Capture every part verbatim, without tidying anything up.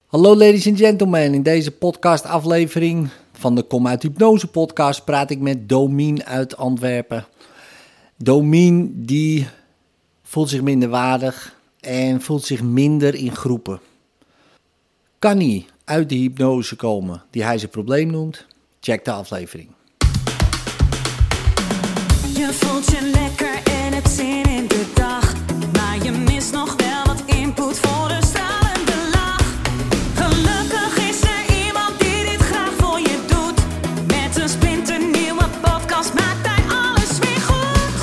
Hallo ladies and gentlemen, in deze podcastaflevering van de Kom uit Hypnose podcast praat ik met Domien uit Antwerpen. Domien die voelt zich minderwaardig en voelt zich minder in groepen. Kan hij uit de hypnose komen die hij zijn probleem noemt? Check de aflevering. Je voelt je lekker en hebt zin in de dag, maar je mist nog wel wat input voor de stralende lach. Gelukkig is er iemand die dit graag voor je doet. Met een splinternieuwe podcast maakt hij alles weer goed.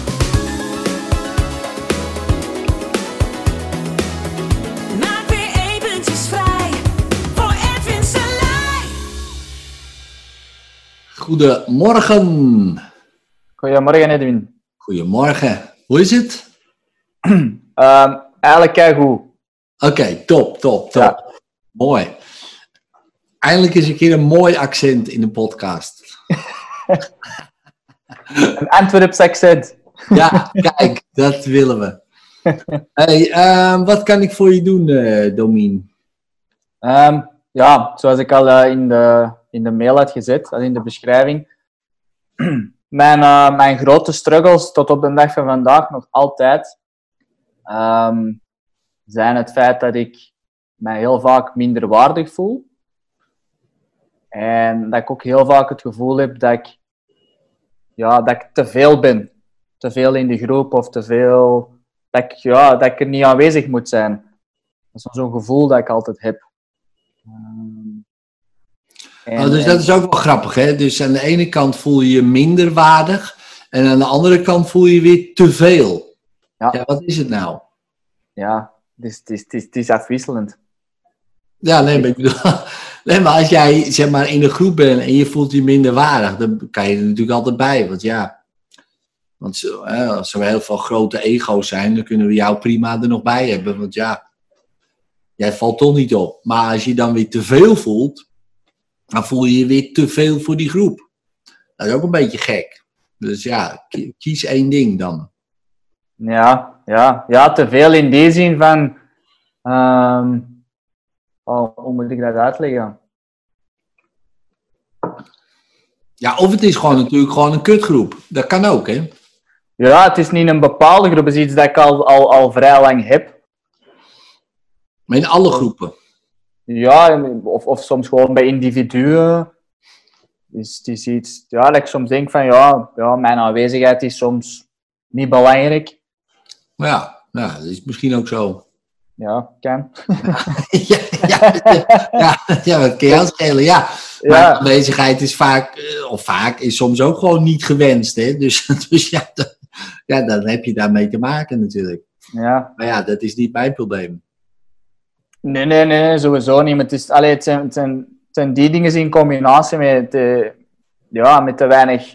Maak weer eventjes vrij voor Edwin Selei. Goedemorgen. Goedemorgen Edwin. Goedemorgen. Hoe is het? Um, eigenlijk keigoed. Oké, okay, top, top, top. Ja. Mooi. Eindelijk is een keer een mooi accent in de podcast. Een Antwerps accent. Ja, kijk, dat willen we. Hey, uh, wat kan ik voor je doen, uh, Domien? Um, ja, zoals ik al uh, in, de, in de mail had gezet, in de beschrijving. mijn, uh, mijn grote struggles tot op de dag van vandaag nog altijd um, zijn het feit dat ik mij heel vaak minder waardig voel. En dat ik ook heel vaak het gevoel heb dat ik, ja, dat ik te veel ben. Te veel in de groep of te veel... Dat ik, ja, dat ik er niet aanwezig moet zijn. Dat is zo'n gevoel dat ik altijd heb. Um, en, Oh, dus dat is ook wel grappig, hè? Dus aan de ene kant voel je je minder waardig en aan de andere kant voel je je weer te veel. Ja, Ja, wat is het nou? ja het, is, het, is, het, is, het is afwisselend. Ja, nee, maar ik bedoel... Nee, maar als jij zeg maar in een groep bent en je voelt je minder waardig, dan kan je er natuurlijk altijd bij. Want ja, want zo, hè, als er heel veel grote ego's zijn, dan kunnen we jou prima er nog bij hebben. Want ja, jij valt toch niet op. Maar als je dan weer te veel voelt, dan voel je je weer te veel voor die groep. Dat is ook een beetje gek. Dus ja, kies één ding dan. Ja, ja, ja, te veel in die zin van... Um, oh, hoe moet ik dat uitleggen? Ja, of het is gewoon natuurlijk gewoon een kutgroep. Dat kan ook, hè? Ja, het is niet een bepaalde groep. Het is iets dat ik al, al, al vrij lang heb. Maar in alle groepen. Ja, of, of soms gewoon bij individuen. Dus het is iets ja, dat ik soms denk van, ja, ja, mijn aanwezigheid is soms niet belangrijk. Ja, nou, dat is misschien ook zo. Ja, kan. ja, ja, ja, ja, ja, dat kan je aan schelen, ja. Maar Ja. aanwezigheid is vaak, eh, of vaak, is soms ook gewoon niet gewenst, hè. Dus, dus ja, dan, ja, dan heb je daarmee te maken natuurlijk. Ja. Maar ja, dat is niet mijn probleem. Nee, nee, nee, sowieso niet. Maar het, is, allee, het, zijn, het, zijn, het zijn die dingen in combinatie met, te, ja, met te weinig,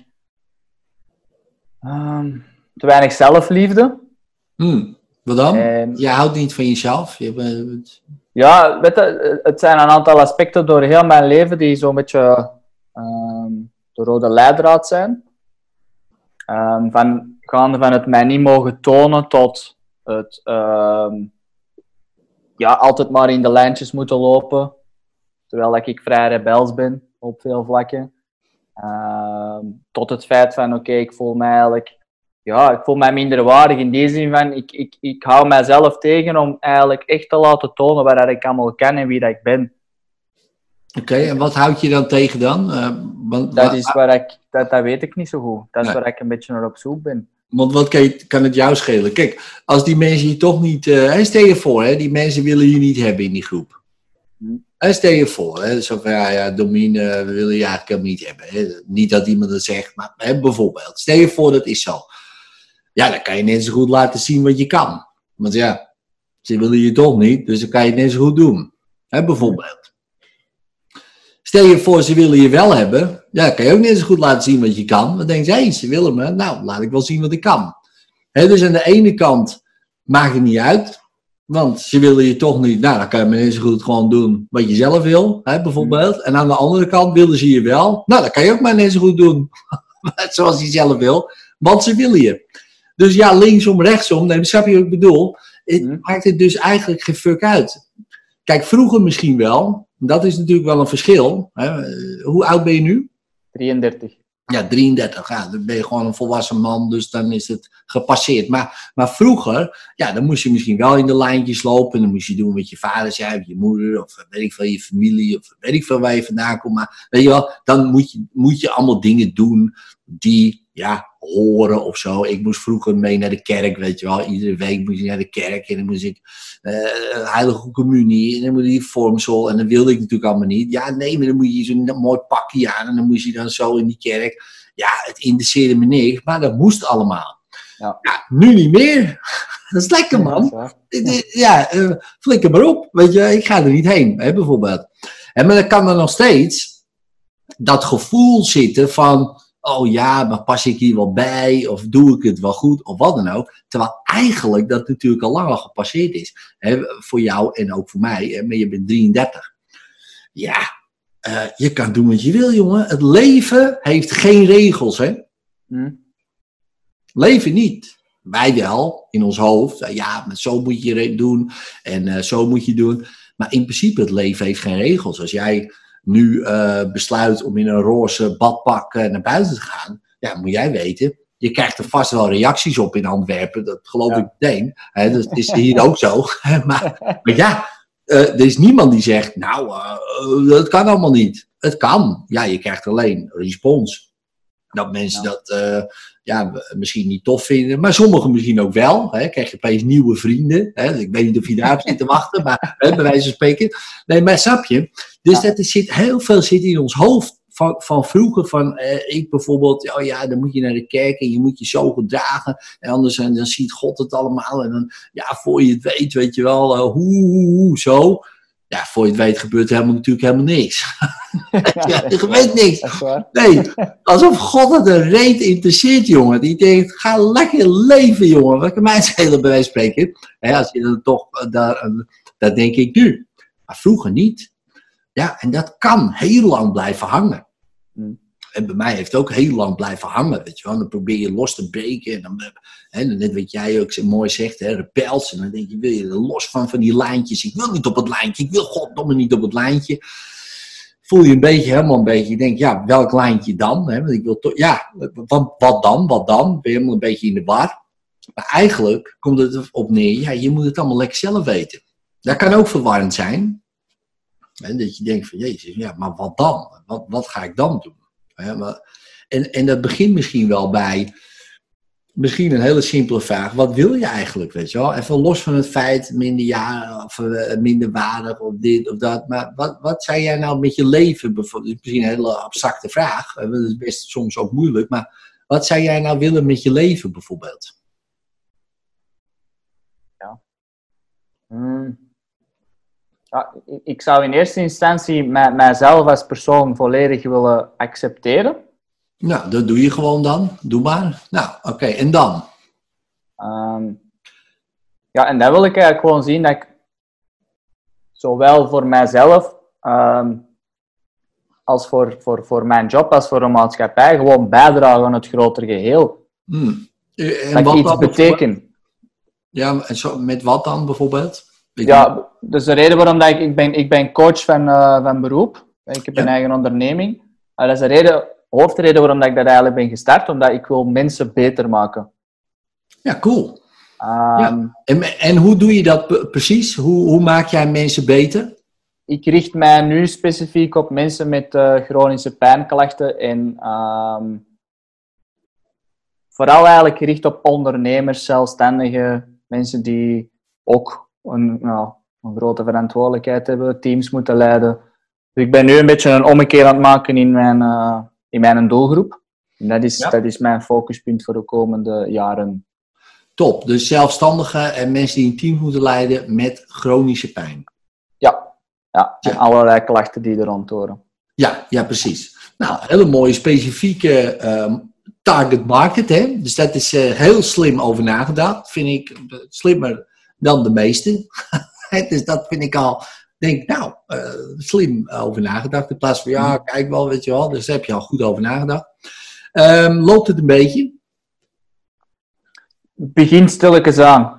um, te weinig zelfliefde. Hmm, wat dan? En, Je houdt niet van jezelf? Je bent... ja, weet je, het zijn een aantal aspecten door heel mijn leven die zo'n beetje um, de rode leidraad zijn. Um, van, gaande van het mij niet mogen tonen tot het um, ja, altijd maar in de lijntjes moeten lopen. Terwijl dat ik vrij rebels ben op veel vlakken. Um, tot het feit van, oké, okay, ik voel mij eigenlijk... Ja, ik voel mij minder waardig in die zin van... Ik, ik, ik hou mijzelf tegen om eigenlijk echt te laten tonen waar dat ik allemaal kan en wie dat ik ben. Oké, okay, en wat houd je dan tegen dan? Uh, want, Dat wat, is waar ik... Dat, dat weet ik niet zo goed. Dat is Nee. waar ik een beetje naar op zoek ben. Want wat kan, je, kan het jou schelen? Kijk, als die mensen je toch niet... Uh, stel je voor, hè, die mensen willen je niet hebben in die groep. Hmm. En stel je voor, hè, zo van, ja, ja Domien, uh, we willen je eigenlijk helemaal niet hebben. Hè. Niet dat iemand dat zegt, maar hè, bijvoorbeeld. Stel je voor, dat is zo. Ja, dan kan je net zo goed laten zien wat je kan. Want ja, ze willen je toch niet, dus dan kan je het net zo goed doen. Hè, bijvoorbeeld. Stel je voor, ze willen je wel hebben. Ja, dan kan je ook net zo goed laten zien wat je kan. Dan denk je, hé, hey, ze willen me. Nou, laat ik wel zien wat ik kan. Hè, dus aan de ene kant maakt het niet uit. Want ze willen je toch niet. Nou, dan kan je maar net zo goed gewoon doen wat je zelf wil. Hè, bijvoorbeeld. En aan de andere kant willen ze je wel. Nou, dan kan je ook maar net zo goed doen zoals je zelf wil. Want ze willen je. Dus ja, linksom, rechtsom. Nee, snap je wat ik bedoel? Het Hmm. maakt het dus eigenlijk geen fuck uit. Kijk, vroeger misschien wel. Dat is natuurlijk wel een verschil. Hè? Hoe oud ben je nu? drieëndertig. Ja, drieëndertig. Ja, dan ben je gewoon een volwassen man, dus dan is het gepasseerd. Maar, maar vroeger, ja, dan moest je misschien wel in de lijntjes lopen. Dan moest je doen wat je vader zei, of je moeder, of weet ik veel, je familie, of weet ik veel waar je vandaan komt. Maar weet je wel, dan moet je, moet je allemaal dingen doen die, ja, horen of zo. Ik moest vroeger mee naar de kerk, weet je wel. Iedere week moest ik naar de kerk en dan moest ik uh, heilige communie en dan moest ik vormsel en dat wilde ik natuurlijk allemaal niet. Ja, nee, maar dan moet je zo'n mooi pakje aan en dan moest je dan zo in die kerk. Ja, het interesseerde me niks, maar dat moest allemaal. Ja, ja nu niet meer. Dat is lekker, man. Ja, uh, flikker maar op. Weet je, ik ga er niet heen, hè, bijvoorbeeld. En maar dan kan er nog steeds dat gevoel zitten van, oh ja, maar pas ik hier wel bij? Of doe ik het wel goed? Of wat dan ook. Terwijl eigenlijk dat natuurlijk al lang al gepasseerd is. Hè, voor jou en ook voor mij. Hè, maar je bent drieëndertig. Ja, uh, je kan doen wat je wil, jongen. Het leven heeft geen regels, hè. hm. Leven niet. Wij wel, in ons hoofd. Ja, maar zo moet je het doen. En uh, zo moet je doen. Maar in principe, het leven heeft geen regels. Als jij nu uh, besluit om in een roze badpak uh, naar buiten te gaan, ja, moet jij weten, je krijgt er vast wel reacties op in Antwerpen, dat geloof ja. ik meteen. Hè, dat is hier ook zo. maar, maar ja, uh, er is niemand die zegt, nou, uh, uh, dat kan allemaal niet. Het kan. Ja, je krijgt alleen respons. Dat mensen ja. dat uh, ja, misschien niet tof vinden, maar sommigen misschien ook wel. Hè. Krijg je opeens nieuwe vrienden. Hè. Ik weet niet of je daarop zit te wachten, maar hè, bij wijze van spreken. Nee, maar snap je? Dus ja. dat is, zit, heel veel zit in ons hoofd van, van vroeger. Van eh, ik bijvoorbeeld, oh ja, dan moet je naar de kerk en je moet je zo gedragen. En anders en dan ziet God het allemaal. En dan, ja, voor je het weet, weet je wel, uh, hoe, hoe, hoe, zo. Ja, voor je het weet gebeurt helemaal natuurlijk helemaal niks. ja, er gebeurt niks. Nee, alsof God het een reet interesseert, jongen. Die denkt, ga lekker leven, jongen. Wat kan mij schelen bij wijze van spreken? Hè, als je dan toch, daar, dat denk ik nu. Maar vroeger niet. Ja, en dat kan heel lang blijven hangen. Hmm. En bij mij heeft het ook heel lang blijven hangen, weet je wel. Dan probeer je los te breken. En dan, hè, net wat jij ook zo mooi zegt, hè, repels. En dan denk je, wil je er los van, van die lijntjes. Ik wil niet op het lijntje. Ik wil goddomme niet op het lijntje. Voel je een beetje, helemaal een beetje. Je denkt, ja, welk lijntje dan? Hè? Want ik wil toch, ja, wat, wat dan? Wat dan? Ben je helemaal een beetje in de war. Maar eigenlijk komt het erop neer, ja, je moet het allemaal lekker zelf weten. Dat kan ook verwarrend zijn. Hè, dat je denkt van, jezus, ja, maar wat dan? Wat, wat ga ik dan doen? Ja, maar, en, en dat begint misschien wel bij, misschien een hele simpele vraag. Wat wil je eigenlijk, weet je wel? Even los van het feit, minder jaren of uh, minder waardig of dit of dat. Maar wat, wat zou jij nou met je leven, bijvoorbeeld, misschien een hele abstracte vraag. Dat is best soms ook moeilijk. Maar wat zou jij nou willen met je leven, bijvoorbeeld? Ja. Hmm. Ja, ik zou in eerste instantie mij, mijzelf als persoon volledig willen accepteren. Nou, dat doe je gewoon dan. Doe maar. Nou, oké. Okay. En dan? Um, ja, en dan wil ik eigenlijk gewoon zien dat ik zowel voor mijzelf um, als voor, voor, voor mijn job, als voor de maatschappij, gewoon bijdragen aan het grotere geheel. Hmm. En dat wat ik iets beteken. Ja, en zo, met wat dan bijvoorbeeld? Ik ja, dus de reden waarom dat ik, ik ben, ik ben coach van, uh, van beroep. Ik heb ja. een eigen onderneming. Uh, dat is de reden, hoofdreden waarom dat ik dat eigenlijk ben gestart, omdat ik wil mensen beter maken. Ja, cool. Um, ja. En, en hoe doe je dat precies? Hoe, hoe maak jij mensen beter? Ik richt mij nu specifiek op mensen met uh, chronische pijnklachten en um, vooral eigenlijk gericht op ondernemers, zelfstandigen, mensen die ook Een, nou, een grote verantwoordelijkheid hebben, teams moeten leiden. Dus ik ben nu een beetje een ommekeer aan het maken in mijn, uh, in mijn doelgroep. En dat is, ja. dat is mijn focuspunt voor de komende jaren. Top, dus zelfstandigen en mensen die een team moeten leiden met chronische pijn. Ja, ja. en ja. allerlei klachten die er rond horen. Ja, ja, precies. Nou, een hele mooie specifieke um, target market. Hè? Dus dat is uh, heel slim over nagedacht. Vind ik slimmer dan de meeste. Dus dat vind ik al, denk nou, uh, slim over nagedacht. In plaats van, ja, kijk wel, weet je wel. Dus daar heb je al goed over nagedacht. Um, loopt het een beetje? Begin stilletjes aan.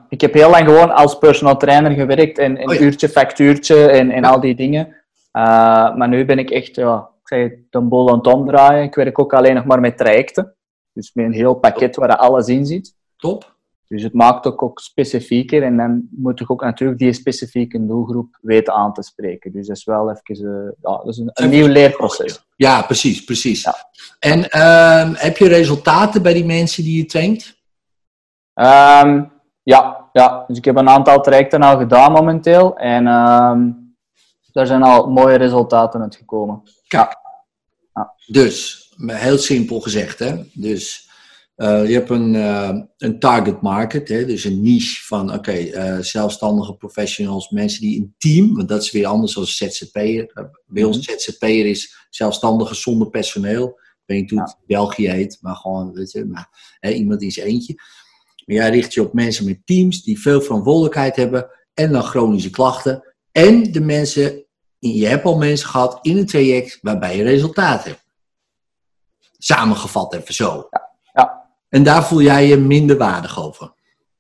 ik heb heel lang gewoon als personal trainer gewerkt en, en Oh ja. uurtje, factuurtje en, en Ja. al die dingen. Uh, maar nu ben ik echt, ja, ik zeg het, de boel aan het omdraaien. Ik werk ook alleen nog maar met trajecten. Dus met een heel pakket waar alles in zit. Top. Dus het maakt ook, ook specifieker en dan moet ik ook natuurlijk die specifieke doelgroep weten aan te spreken. Dus dat is wel even uh, ja, dat is een, een nieuw leerproces. Ja, precies, precies. Ja. En uh, heb je resultaten bij die mensen die je traint? Um, ja, ja, dus ik heb een aantal trajecten al gedaan momenteel en um, daar zijn al mooie resultaten uitgekomen. Kijk, ja. Dus, heel simpel gezegd, hè. Dus uh, je hebt een, uh, een target market, hè? Dus een niche van, oké, okay, uh, zelfstandige professionals, mensen die een team, want dat is weer anders dan Z Z P'er. Uh, bij ons Z Z P'er is zelfstandige zonder personeel. Ik weet niet hoe het in België heet, maar gewoon, weet je, maar, hè, iemand in zijn eentje. Maar jij richt je op mensen met teams die veel verantwoordelijkheid hebben en dan chronische klachten. En de mensen, je hebt al mensen gehad in een traject waarbij je resultaat hebt. Samengevat even zo. Ja, ja. En daar voel jij je minder waardig over.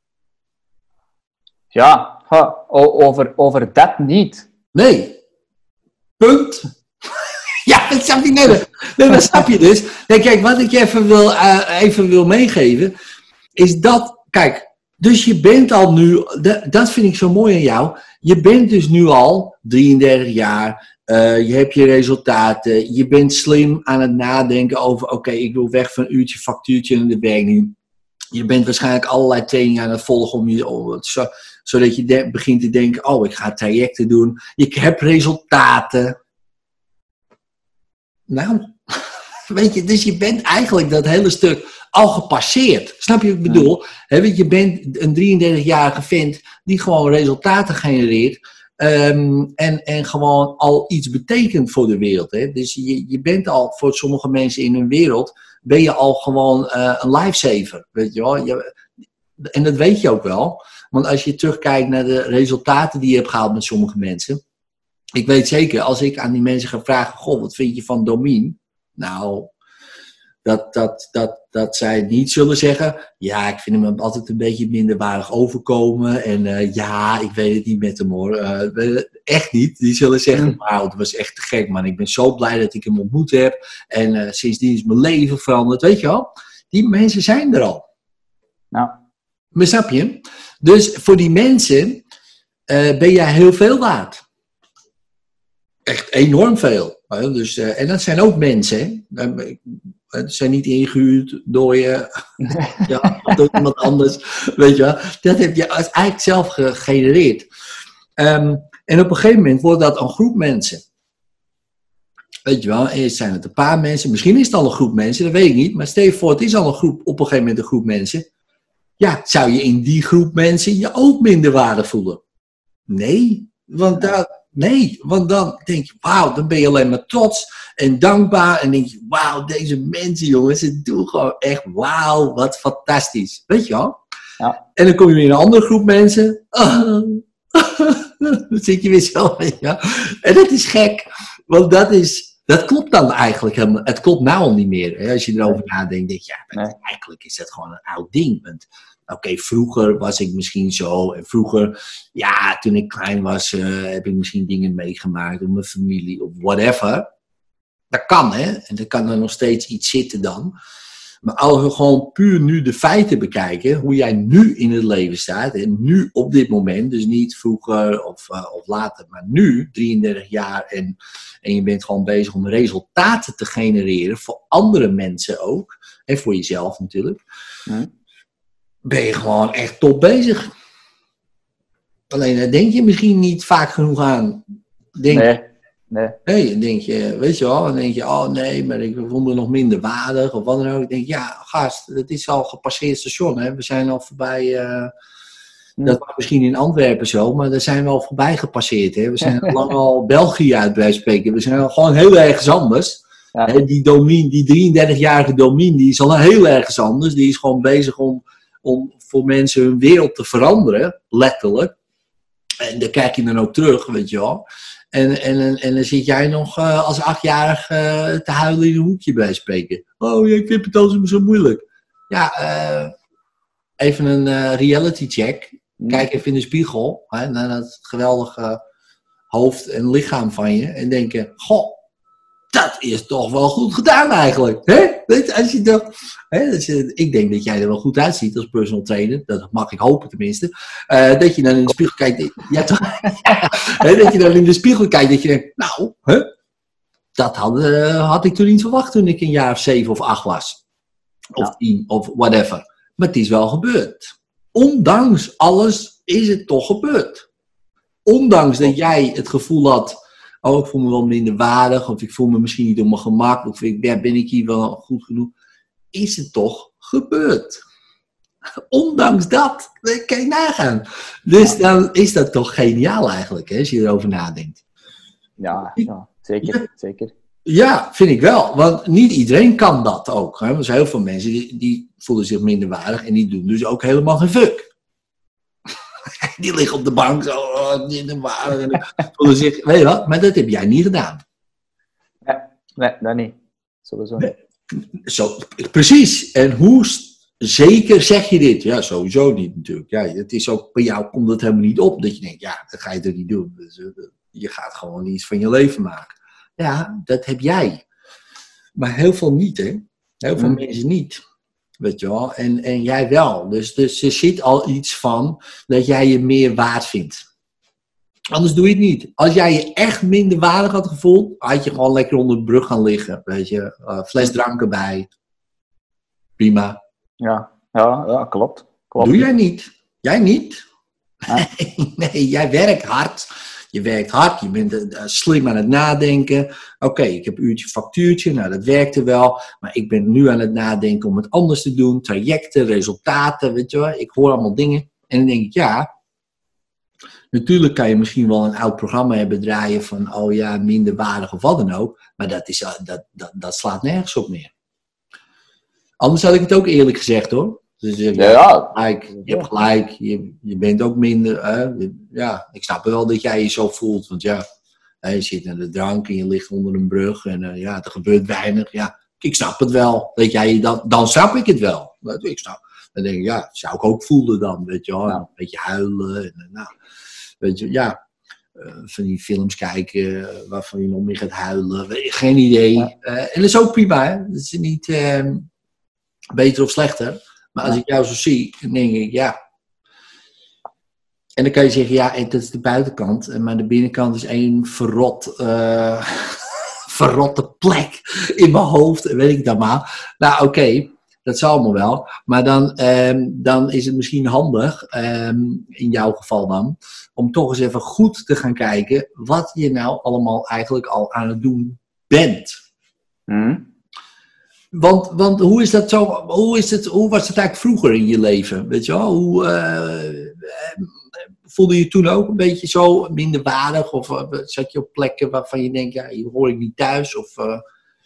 Ja, over, over dat niet. Nee. Punt. Ja, dat snap je net. Nee, dat snap je dus. Nee, kijk, wat ik je even wil, uh, even wil meegeven, is dat, kijk, dus je bent al nu, dat vind ik zo mooi aan jou, je bent dus nu al drieëndertig jaar, uh, je hebt je resultaten, je bent slim aan het nadenken over, oké, okay, ik wil weg van een uurtje factuurtje en de werk nu. Je bent waarschijnlijk allerlei trainingen aan het volgen, om je, om, zo, zodat je de, begint te denken, oh, ik ga trajecten doen, je hebt resultaten. Nou, weet je, dus je bent eigenlijk dat hele stuk al gepasseerd. Snap je wat ik bedoel? He, weet je, je bent een drieëndertigjarige vent die gewoon resultaten genereert. Um, en, en gewoon al iets betekent voor de wereld. Hè? Dus je, je bent al, voor sommige mensen in hun wereld, ben je al gewoon uh, een lifesaver. Weet je wel? Je, en dat weet je ook wel. Want als je terugkijkt naar de resultaten die je hebt gehaald met sommige mensen. Ik weet zeker, als ik aan die mensen ga vragen, goh, wat vind je van Domien? Nou, dat, dat, dat, dat zij niet zullen zeggen, ja, ik vind hem altijd een beetje minderwaardig overkomen. En uh, ja, ik weet het niet met hem hoor. Uh, echt niet. Die zullen zeggen, wauw, dat was echt te gek man. Ik ben zo blij dat ik hem ontmoet heb. En uh, sindsdien is mijn leven veranderd. Weet je wel? Die mensen zijn er al. Nou. Maar snap je? Dus voor die mensen uh, ben jij heel veel waard. Echt enorm veel. Dus, uh, en dat zijn ook mensen. Hè? Het zijn niet ingehuurd door je. Ja, door iemand anders. Weet je wel. Dat heb je eigenlijk zelf gegenereerd. Um, en op een gegeven moment wordt dat een groep mensen. Weet je wel. Eerst zijn het een paar mensen. Misschien is het al een groep mensen. Dat weet ik niet. Maar stel je voor, het is al een groep. Op een gegeven moment een groep mensen. Ja, zou je in die groep mensen je ook minder waardig voelen? Nee. Want daar... Nee, want dan denk je, wauw, dan ben je alleen maar trots en dankbaar. En denk je, wauw, deze mensen, jongens, ze doen gewoon echt, wauw, wat fantastisch. Weet je wel? Ja. En dan kom je weer in een andere groep mensen. Oh, dan zit je weer zo, weet je wel? En dat is gek, want dat is, dat klopt dan eigenlijk helemaal. Het klopt nou al niet meer. Hè? Als je erover nadenkt, denk je, ja, nee. Eigenlijk is dat gewoon een oud ding. Want Oké, okay, vroeger was ik misschien zo. En vroeger, ja, toen ik klein was, uh, heb ik misschien dingen meegemaakt. Of mijn familie, of whatever. Dat kan, hè. En er kan er nog steeds iets zitten dan. Maar als we gewoon puur nu de feiten bekijken. Hoe jij nu in het leven staat. En nu op dit moment. Dus niet vroeger of, uh, of later. Maar nu, drieëndertig jaar. En, en je bent gewoon bezig om resultaten te genereren. Voor andere mensen ook. En voor jezelf natuurlijk. Ja. Ben je gewoon echt top bezig. Alleen daar denk je misschien niet vaak genoeg aan. Denk, nee, nee. Nee, dan denk je, weet je wel, dan denk je, oh nee, maar ik voel me nog minder waardig of wat dan ook. Ik denk, ja, gast, dat is al gepasseerd station, hè. We zijn al voorbij, uh, hm. dat was misschien in Antwerpen zo, maar daar zijn we al voorbij gepasseerd, hè. We zijn al lang al België uit bij spreken. We zijn al gewoon heel ergens anders. Ja. Hè, die Domien, die drieëndertigjarige Domien, die is al heel ergens anders. Die is gewoon bezig om om voor mensen hun wereld te veranderen, letterlijk. En daar kijk je dan ook terug, weet je wel. En, en, en dan zit jij nog uh, als achtjarig uh, te huilen in een hoekje bij spreken. Oh, ja, ik vind het altijd zo moeilijk. Ja, uh, even een uh, reality check. Kijk even in de spiegel, hè, naar dat geweldige hoofd en lichaam van je. En denken, goh, dat is toch wel goed gedaan eigenlijk. Hè? Weet je, als je toch, hè, als je, ik denk dat jij er wel goed uitziet als personal trainer. Dat mag ik hopen tenminste. Uh, dat je dan in de spiegel kijkt. Ja, toch, hè, dat je dan in de spiegel kijkt. Dat je denkt, nou, hè, dat had, uh, had ik toen niet verwacht toen ik een jaar of zeven of acht was. Of ja. tien of whatever. Maar het is wel gebeurd. Ondanks alles is het toch gebeurd. Ondanks dat jij het gevoel had... Oh, ik voel me wel minder waardig. Of ik voel me misschien niet op mijn gemak. Of ik, ja, ben ik hier wel goed genoeg. Is het toch gebeurd. Ondanks dat. Dat kan je nagaan. Dus dan is dat toch geniaal eigenlijk. Hè, als je erover nadenkt. Ja, ja zeker. Ja. zeker. Ja, vind ik wel. Want niet iedereen kan dat ook. Hè? Er zijn heel veel mensen die, die voelen zich minder waardig. En die doen dus ook helemaal geen fuck. Die liggen op de bank zo, oh, niet waardig. Voelen zich, weet je wat? Maar dat heb jij niet gedaan. Nee, nee dat niet. Sowieso niet. Zo, precies. En hoe zeker zeg je dit? Ja, sowieso niet natuurlijk. Ja, het is ook, bij jou komt het helemaal niet op. Dat je denkt, ja, dat ga je toch niet doen. Dus, uh, je gaat gewoon iets van je leven maken. Ja, dat heb jij. Maar heel veel niet, hè. Heel veel mm. mensen niet. Weet je wel. En, en jij wel. Dus, dus er zit al iets van dat jij je meer waard vindt. Anders doe je het niet. Als jij je echt minder waardig had gevoeld, had je gewoon lekker onder de brug gaan liggen. Weet je. Uh, fles drank erbij. Prima. Ja, ja, ja klopt. klopt. Doe jij niet. Jij niet. Ja. Nee, jij werkt hard. Je werkt hard, je bent uh, slim aan het nadenken. Oké, okay, ik heb een uurtje factuurtje, nou dat werkte wel. Maar ik ben nu aan het nadenken om het anders te doen. Trajecten, resultaten, weet je wel. Ik hoor allemaal dingen. En dan denk ik, ja... Natuurlijk kan je misschien wel een oud programma hebben draaien van... Oh ja, minder waardig of wat dan ook. Maar dat, is, uh, dat, dat, dat slaat nergens op meer. Anders had ik het ook eerlijk gezegd hoor. Dus je, ja, ja. Gelijk, je hebt gelijk, je, je bent ook minder. Hè? Ja, ik snap wel dat jij je zo voelt. Want ja, je zit aan de drank en je ligt onder een brug. En uh, ja, er gebeurt weinig. Ja, ik snap het wel. Dat jij dat, dan snap ik het wel. Ik snap. Dan denk ik, ja, zou ik ook voelen dan. Weet je wel, ja. Een beetje huilen. En, nou, weet je, ja. Uh, van die films kijken uh, waarvan je nog meer gaat huilen. Geen idee. Ja. Uh, en dat is ook prima. Hè? Dat is niet uh, beter of slechter. Maar als ik jou zo zie, dan denk ik, ja. En dan kan je zeggen, ja, dat is de buitenkant. Maar de binnenkant is één verrot, uh, verrotte plek in mijn hoofd. Weet ik dan maar. Nou, oké, okay, dat zal allemaal wel. Maar dan, um, dan is het misschien handig, um, in jouw geval dan, om toch eens even goed te gaan kijken wat je nou allemaal eigenlijk al aan het doen bent. Hmm. Want, want hoe is dat zo? Hoe, is het, hoe was het eigenlijk vroeger in je leven? Weet je wel? Hoe, uh, voelde je toen ook een beetje zo minder waardig? Of uh, zat je op plekken waarvan je denkt, ja, hier hoor ik niet thuis? Of, uh...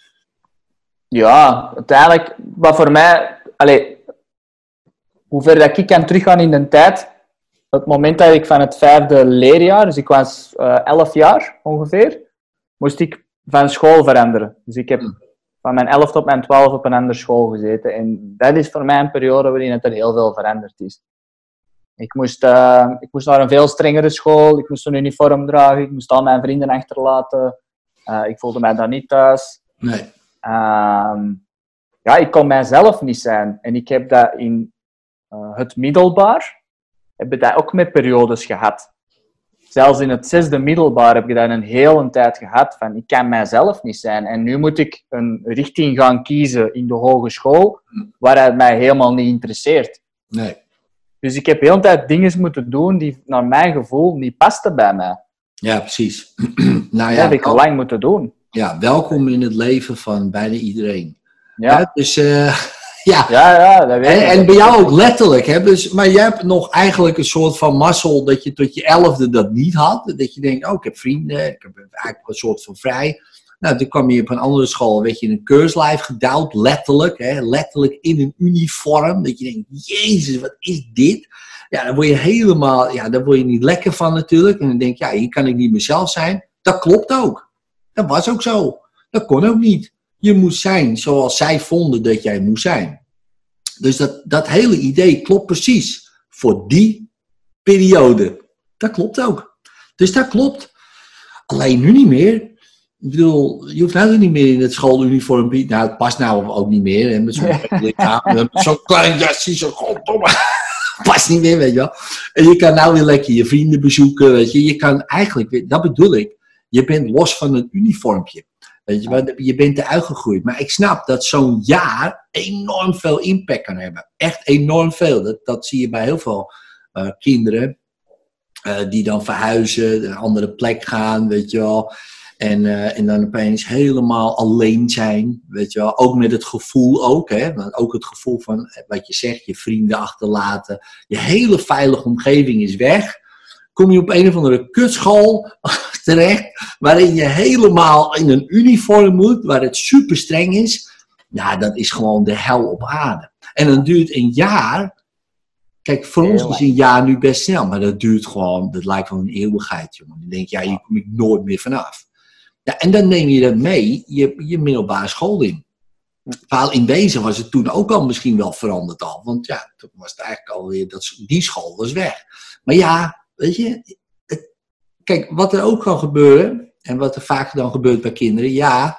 Ja, uiteindelijk, wat voor mij, allez, hoe ver dat ik kan teruggaan in de tijd, het moment dat ik van het vijfde leerjaar, dus ik was uh, elf jaar ongeveer, moest ik van school veranderen. Dus ik heb hmm. van mijn elf tot mijn twaalf op een andere school gezeten. En dat is voor mij een periode waarin het er heel veel veranderd is. Ik moest, uh, ik moest naar een veel strengere school, ik moest een uniform dragen, ik moest al mijn vrienden achterlaten. Uh, ik voelde mij daar niet thuis. Nee. Uh, ja, ik kon mijzelf niet zijn. En ik heb dat in uh, het middelbaar, heb ik dat ook met periodes gehad. Zelfs in het zesde middelbaar heb ik dat een hele tijd gehad van ik kan mijzelf niet zijn. En nu moet ik een richting gaan kiezen in de hogeschool waar het mij helemaal niet interesseert. Nee. Dus ik heb de hele tijd dingen moeten doen die naar mijn gevoel niet pasten bij mij. Ja, precies. Nou ja, dat heb ik al lang moeten doen. Ja, welkom in het leven van bijna iedereen. Ja. Ja, dus uh, ja. Ja, ja, dat weet en, ik. en bij jou ook letterlijk. Hè? Dus, maar jij hebt nog eigenlijk een soort van mazzel dat je tot je elfde dat niet had. Dat je denkt, oh, ik heb vrienden, ik heb eigenlijk een soort van vrij. Nou, toen kwam je op een andere school, werd je in een keurslijf gedouwd, letterlijk. Hè? Letterlijk in een uniform. Dat je denkt, jezus, wat is dit? Ja, dan word je helemaal, ja, daar word je niet lekker van natuurlijk. En dan denk je, ja, hier kan ik niet mezelf zijn. Dat klopt ook. Dat was ook zo. Dat kon ook niet. Je moest zijn zoals zij vonden dat jij moest zijn. Dus dat, dat hele idee klopt precies voor die periode. Dat klopt ook. Dus dat klopt. Alleen nu niet meer. Ik bedoel, je hoeft nou niet meer in het schooluniformpje. Nou, het past nou ook niet meer. Hè, met zo'n lichaam, zo'n klein jasje, zo goddomme. Past niet meer, weet je wel. En je kan nou weer lekker je vrienden bezoeken, weet je. Je kan eigenlijk, dat bedoel ik, je bent los van het uniformpje. Weet je wel, je bent eruit gegroeid. Maar ik snap dat zo'n jaar enorm veel impact kan hebben. Echt enorm veel. Dat, dat zie je bij heel veel uh, kinderen. Uh, die dan verhuizen, een andere plek gaan, weet je wel. En, uh, en dan opeens helemaal alleen zijn, weet je wel. Ook met het gevoel ook, hè. Want ook het gevoel van, wat je zegt, je vrienden achterlaten. Je hele veilige omgeving is weg. Kom je op een of andere kutschool terecht, waarin je helemaal in een uniform moet, waar het super streng is. Ja, dat is gewoon de hel op aarde. En dan duurt een jaar. Kijk, voor ons is een jaar nu best snel, maar dat duurt gewoon, dat lijkt wel een eeuwigheid, jongen. Dan denk je, ja, hier kom ik nooit meer vanaf. Ja, en dan neem je dat mee, je, je middelbare school in. Terwijl in wezen was het toen ook al misschien wel veranderd al. Want ja, toen was het eigenlijk alweer, dat, die school was weg. Maar ja, weet je, het, kijk, wat er ook kan gebeuren, en wat er vaak dan gebeurt bij kinderen, ja,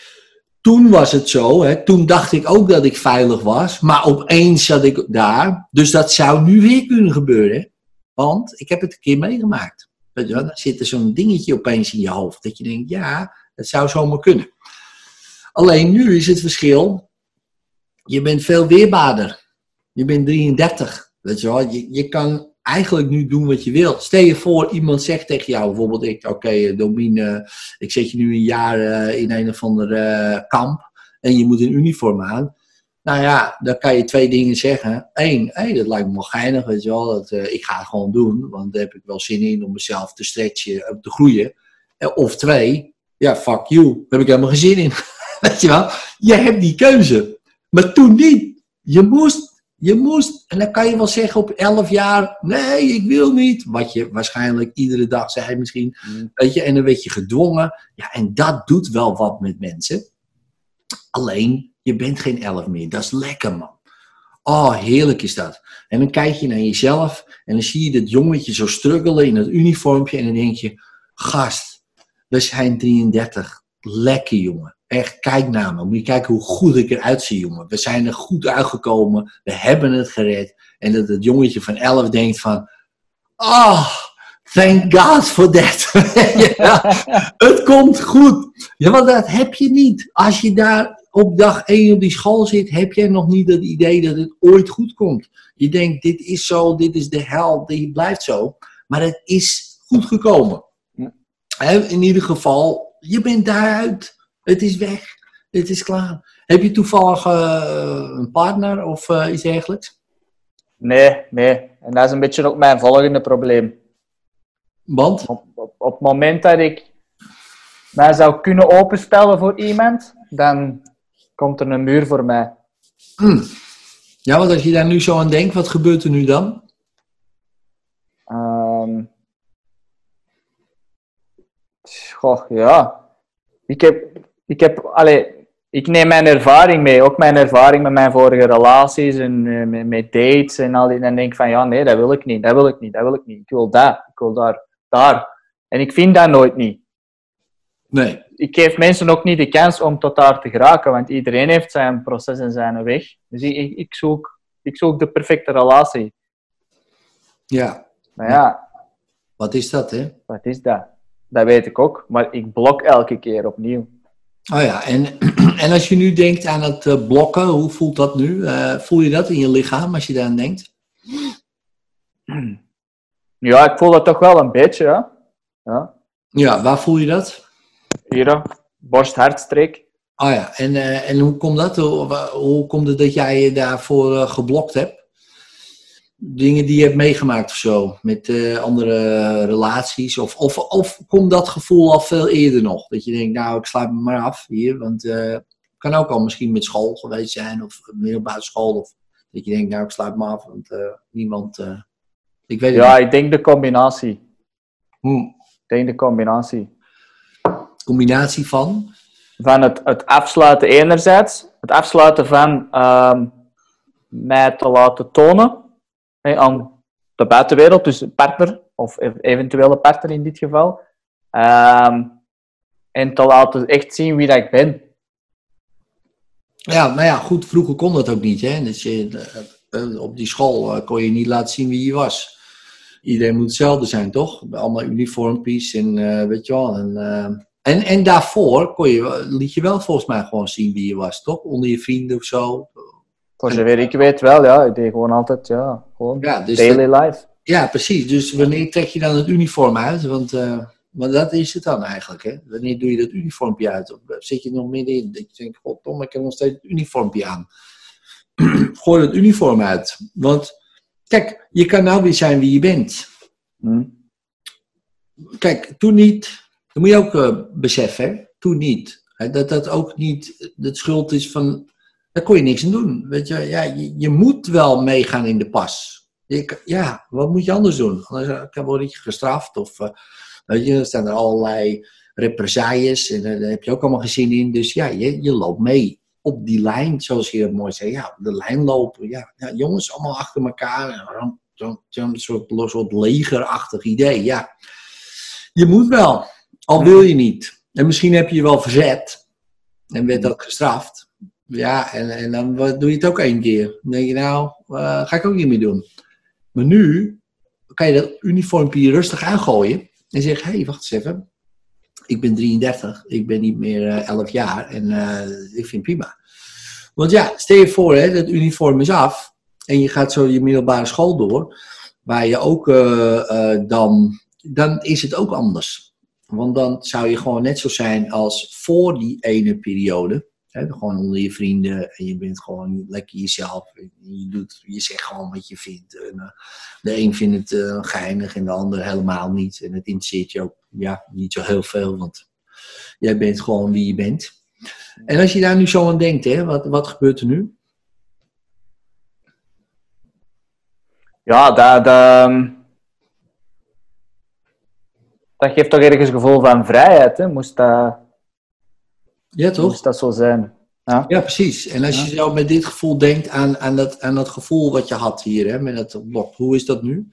toen was het zo, hè, toen dacht ik ook dat ik veilig was, maar opeens zat ik daar. Dus dat zou nu weer kunnen gebeuren, want ik heb het een keer meegemaakt. Weet je wel, dan zit er zo'n dingetje opeens in je hoofd, dat je denkt, ja, dat zou zomaar kunnen. Alleen nu is het verschil, je bent veel weerbaarder. Je bent drieëndertig, weet je wel. Je, je kan eigenlijk nu doen wat je wilt. Stel je voor, iemand zegt tegen jou, bijvoorbeeld ik, oké, okay, Domien, ik zet je nu een jaar uh, in een of ander uh, kamp en je moet een uniform aan. Nou ja, dan kan je twee dingen zeggen. Eén, hey, dat lijkt me wel geinig, weet je wel. Dat, uh, ik ga het gewoon doen, want daar heb ik wel zin in om mezelf te stretchen, om te groeien. Uh, of twee, ja, fuck you, daar heb ik helemaal geen zin in. Weet je wel, je hebt die keuze. Maar toen niet. Je moest, je moest. En dan kan je wel zeggen op elf jaar, nee, ik wil niet. Wat je waarschijnlijk iedere dag zei misschien. Mm. Weet je, en dan werd je gedwongen. Ja, en dat doet wel wat met mensen. Alleen, je bent geen elf meer. Dat is lekker, man. Oh, heerlijk is dat. En dan kijk je naar jezelf en dan zie je dat jongetje zo struggelen in het uniformpje en dan denk je, gast, we zijn drieëndertig. Lekker, jongen. Echt, kijk naar me. Moet je kijken hoe goed ik eruit zie, jongen. We zijn er goed uitgekomen. We hebben het gered. En dat het jongetje van elf denkt van, oh, thank God for that. Ja, het komt goed. Ja, want dat heb je niet. Als je daar op dag één op die school zit, heb jij nog niet het idee dat het ooit goed komt. Je denkt, dit is zo, dit is de hel, dit blijft zo. Maar het is goed gekomen. In ieder geval, je bent daaruit. Het is weg. Het is klaar. Heb je toevallig uh, een partner of uh, iets dergelijks? Nee, nee. En dat is een beetje ook mijn volgende probleem. Want? Op, op, op het moment dat ik mij zou kunnen openstellen voor iemand, dan komt er een muur voor mij. Hmm. Ja, want als je daar nu zo aan denkt, wat gebeurt er nu dan? Um, goh, ja. Ik heb, ik heb, allee, ik neem mijn ervaring mee, ook mijn ervaring met mijn vorige relaties en uh, met, met dates en al die. En dan denk ik van, ja, nee, dat wil ik niet, dat wil ik niet, dat wil ik niet. Ik wil dat, ik wil daar, daar. En ik vind dat nooit niet. Nee. Ik geef mensen ook niet de kans om tot daar te geraken, want iedereen heeft zijn proces en zijn weg. Dus ik, ik, ik, zoek, ik zoek de perfecte relatie. Ja. Maar ja. Wat is dat, hè? Wat is dat? Dat weet ik ook, maar ik blok elke keer opnieuw. Oh ja, en, en als je nu denkt aan het uh, blokken, hoe voelt dat nu? Uh, voel je dat in je lichaam als je daaraan denkt? Ja, ik voel dat toch wel een beetje, ja. Ja, ja, waar voel je dat? Hier, borst-hartstreek. Oh ja, en, uh, en hoe komt dat? Hoe, hoe komt het dat jij je daarvoor uh, geblokt hebt? Dingen die je hebt meegemaakt of zo, met uh, andere relaties? Of, of, of komt dat gevoel al veel eerder nog? Dat je denkt, nou, ik sluit me maar af hier. Want het uh, kan ook al misschien met school geweest zijn, of middelbare school. Of dat je denkt, nou, ik sluit me af, want uh, niemand... Uh, ik weet het ja, niet. ik denk de combinatie. Hmm. Ik denk de combinatie. Combinatie van? Van het, het afsluiten enerzijds. Het afsluiten van um, mij te laten tonen. Hey, aan de buitenwereld, dus partner, of eventuele partner in dit geval. Um, en te laten echt zien wie dat ik ben. Ja, nou ja, goed, vroeger kon dat ook niet. Hè? Dus je, uh, op die school uh, kon je niet laten zien wie je was. Iedereen moet hetzelfde zijn, toch? Allemaal uniformpies en uh, weet je wel. En, uh, en, en daarvoor kon je, liet je wel volgens mij gewoon zien wie je was, toch? Onder je vrienden of zo. Voor zover ik weet wel, ja. Ik deed gewoon altijd, ja, gewoon ja, dus daily dat, life. Ja, precies. Dus wanneer trek je dan het uniform uit? Want, uh, want dat is het dan eigenlijk, hè? Wanneer doe je dat uniformpje uit? Of zit je nog middenin? Dat je denkt, goddomme, ik heb nog steeds het uniformpje aan. Gooi het uniform uit. Want, kijk, je kan nou weer zijn wie je bent. Hmm. Kijk, toen niet, dat moet je ook uh, beseffen, hè? Toen niet. Hè? Dat dat ook niet de schuld is van, daar kon je niks aan doen. Weet je, ja, je, je moet wel meegaan in de pas. Je, ja, wat moet je anders doen? Anders word je gestraft of, uh, weet je, er staan er allerlei represailles en uh, daar heb je ook allemaal geen zin in. Dus ja, je, je loopt mee op die lijn, zoals je mooi zei. Ja, de lijn lopen. Ja, ja jongens, allemaal achter elkaar. Zo'n zo soort, soort legerachtig idee, ja. Je moet wel, al wil je niet. En misschien heb je je wel verzet en werd dat gestraft. Ja, en, en dan doe je het ook één keer. Dan denk je, nou, uh, ga ik ook niet meer doen. Maar nu kan je dat uniformpje rustig aangooien en zeggen, hé, hey, wacht eens even. Ik ben drieëndertig, ik ben niet meer uh, elf jaar en uh, ik vind het prima. Want ja, stel je voor, hè, dat uniform is af en je gaat zo je middelbare school door, waar je ook uh, uh, dan, dan is het ook anders. Want dan zou je gewoon net zo zijn als voor die ene periode. Hè, gewoon onder je vrienden en je bent gewoon lekker jezelf. Je, doet, je zegt gewoon wat je vindt. En, uh, de een vindt het uh, geinig en de ander helemaal niet. En het interesseert je ook ja, niet zo heel veel, want jij bent gewoon wie je bent. En als je daar nu zo aan denkt, hè, wat, wat gebeurt er nu? Ja, dat, dat, dat geeft toch ergens een gevoel van vrijheid, hè? Moest dat... Ja, toch? Moest dat zo zijn. Ja, ja precies. En als je zo met dit gevoel denkt aan, aan, dat, aan dat gevoel wat je had hier, hè, met dat blok, hoe is dat nu?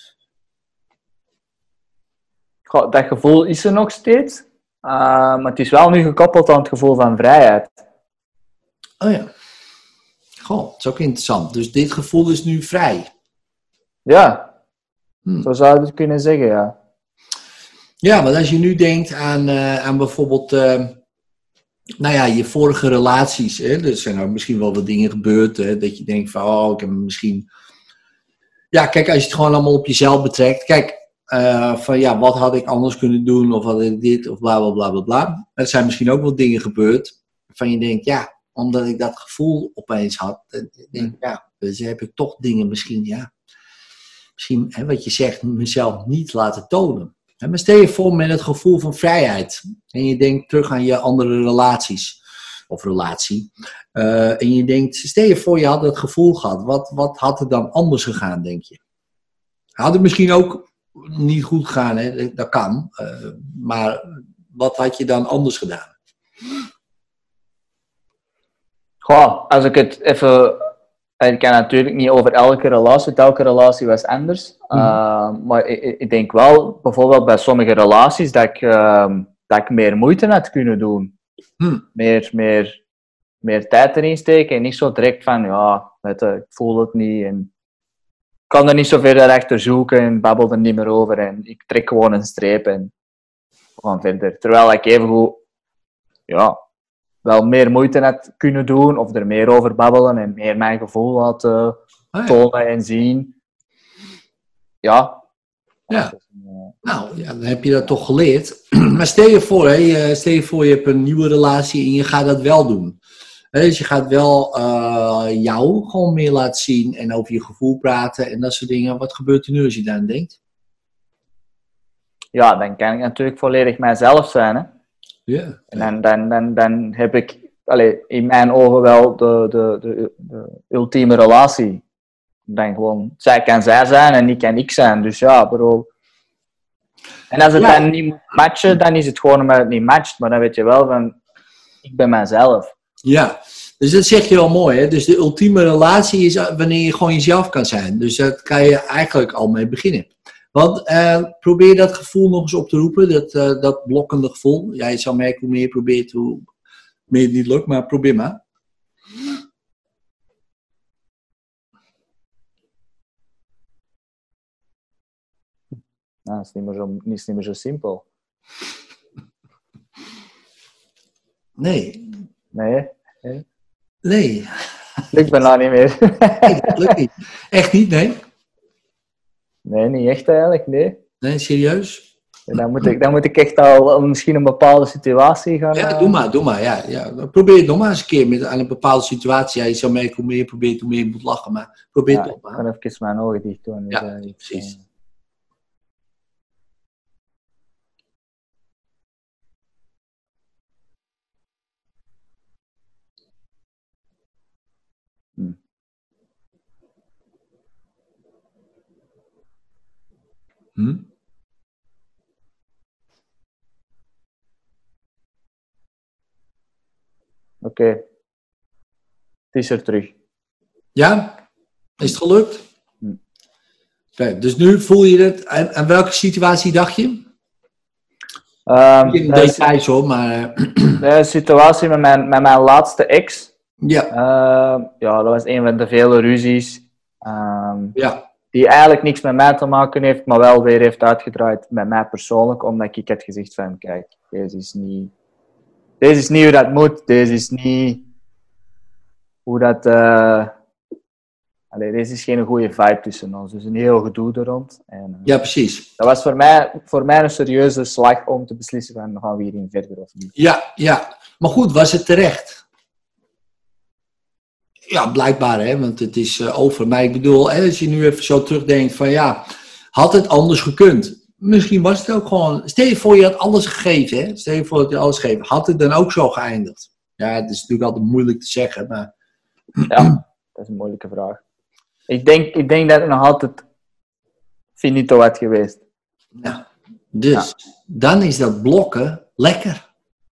Goh, dat gevoel is er nog steeds, uh, maar het is wel nu gekoppeld aan het gevoel van vrijheid. Oh ja. Goh, dat is ook interessant. Dus dit gevoel is nu vrij. Ja, hm. Zo zou je het kunnen zeggen, ja. Ja, maar als je nu denkt aan, uh, aan bijvoorbeeld... Uh, Nou ja, je vorige relaties, hè, er zijn ook misschien wel wat dingen gebeurd, hè, dat je denkt van, oh, ik heb misschien... Ja, kijk, als je het gewoon allemaal op jezelf betrekt, kijk, uh, van ja, wat had ik anders kunnen doen, of had ik dit, of bla, bla, bla, bla, bla. Er zijn misschien ook wel dingen gebeurd, waarvan je denkt, ja, omdat ik dat gevoel opeens had, ik denk, ja, dus heb ik toch dingen misschien, ja, misschien, hè, wat je zegt, mezelf niet laten tonen. Maar stel je voor met het gevoel van vrijheid. En je denkt terug aan je andere relaties. Of relatie. Uh, en je denkt, stel je voor je had dat gevoel gehad. Wat, wat had er dan anders gegaan, denk je? Had het misschien ook niet goed gegaan, hè? Dat kan. Uh, maar wat had je dan anders gedaan? Goh, als ik het even... Ik kan natuurlijk niet over elke relatie, elke relatie was anders. Mm. Uh, maar ik, ik denk wel, bijvoorbeeld bij sommige relaties, dat ik, uh, dat ik meer moeite had kunnen doen. Mm. Meer, meer, meer tijd erin steken en niet zo direct van, ja, weet je, ik voel het niet. En ik kan er niet zo ver achter zoeken en babbel er niet meer over. En ik trek gewoon een streep en gewoon verder. Terwijl ik even goed, ja... wel meer moeite had kunnen doen, of er meer over babbelen en meer mijn gevoel had uh, oh, ja. tonen en zien. Ja. Ja. Nou, ja, dan heb je dat toch geleerd. Maar stel je voor, hè, stel je voor je hebt een nieuwe relatie en je gaat dat wel doen. Dus je gaat wel uh, jou gewoon meer laten zien en over je gevoel praten en dat soort dingen. Wat gebeurt er nu als je daar aan denkt? Ja, dan kan ik natuurlijk volledig mijzelf zijn, hè. Yeah. En dan, dan, dan, dan heb ik allee, in mijn ogen wel de, de, de, de ultieme relatie. Dan gewoon, zij kan zij zijn en ik kan ik zijn. Dus ja, bro. En als het ja. dan niet matcht, dan is het gewoon omdat het niet matcht. Maar dan weet je wel van, ik ben mijzelf. Ja, Dus dat zeg je wel mooi, hè? Dus de ultieme relatie is wanneer je gewoon jezelf kan zijn. Dus dat kan je eigenlijk al mee beginnen. Want uh, probeer dat gevoel nog eens op te roepen, dat, uh, dat blokkende gevoel. Ja, je zal merken hoe meer je probeert, hoe meer het niet lukt, maar probeer maar. Nou, dat is niet meer zo, is niet meer zo simpel. Nee. Nee? Nee. Nee. Lukt me nou niet meer. Nee, dat lukt niet. Echt niet, nee? Nee, niet echt eigenlijk, nee. Nee, serieus? Dan moet ik, dan moet ik echt al misschien een bepaalde situatie gaan... Ja, uh... doe maar, doe maar. Ja, ja. Probeer het nog maar eens een keer met aan een bepaalde situatie. Ja, je zal merken hoe meer je probeert, hoe meer je moet lachen. Maar probeer het ja, toch maar. Ik kan even mijn ogen dicht doen. Ja, dus, uh, iets, precies. Uh... Hm. Hm? Oké. Okay. Het is er terug. Ja? Is het gelukt? Hm. Okay, dus nu voel je het. En aan welke situatie dacht je? Um, In details hoor, maar... De situatie met mijn, met mijn laatste ex. Ja. Uh, ja, dat was een van de vele ruzies. Um, ja. Die eigenlijk niks met mij te maken heeft, maar wel weer heeft uitgedraaid met mij persoonlijk, omdat ik had gezegd van, kijk, deze is niet... Deze is niet hoe dat moet, deze is niet... Hoe dat... Uh... Allee, deze is geen goede vibe tussen ons, dus een heel gedoe er rond. En, uh, ja, precies. Dat was voor mij, voor mij een serieuze slag om te beslissen van, gaan we hierin verder of niet. Ja, ja. Maar goed, was het terecht? Ja, blijkbaar, hè, want het is uh, over. Maar ik bedoel, hè, als je nu even zo terugdenkt van, ja, had het anders gekund? Misschien was het ook gewoon... Stel je voor, je had alles gegeven, hè? Stel je voor dat je alles gegeven. Had het dan ook zo geëindigd? Ja, het is natuurlijk altijd moeilijk te zeggen, maar... Ja, dat is een moeilijke vraag. Ik denk, ik denk dat het nog altijd finito had geweest. Ja, dus, ja. Dan is dat blokken lekker.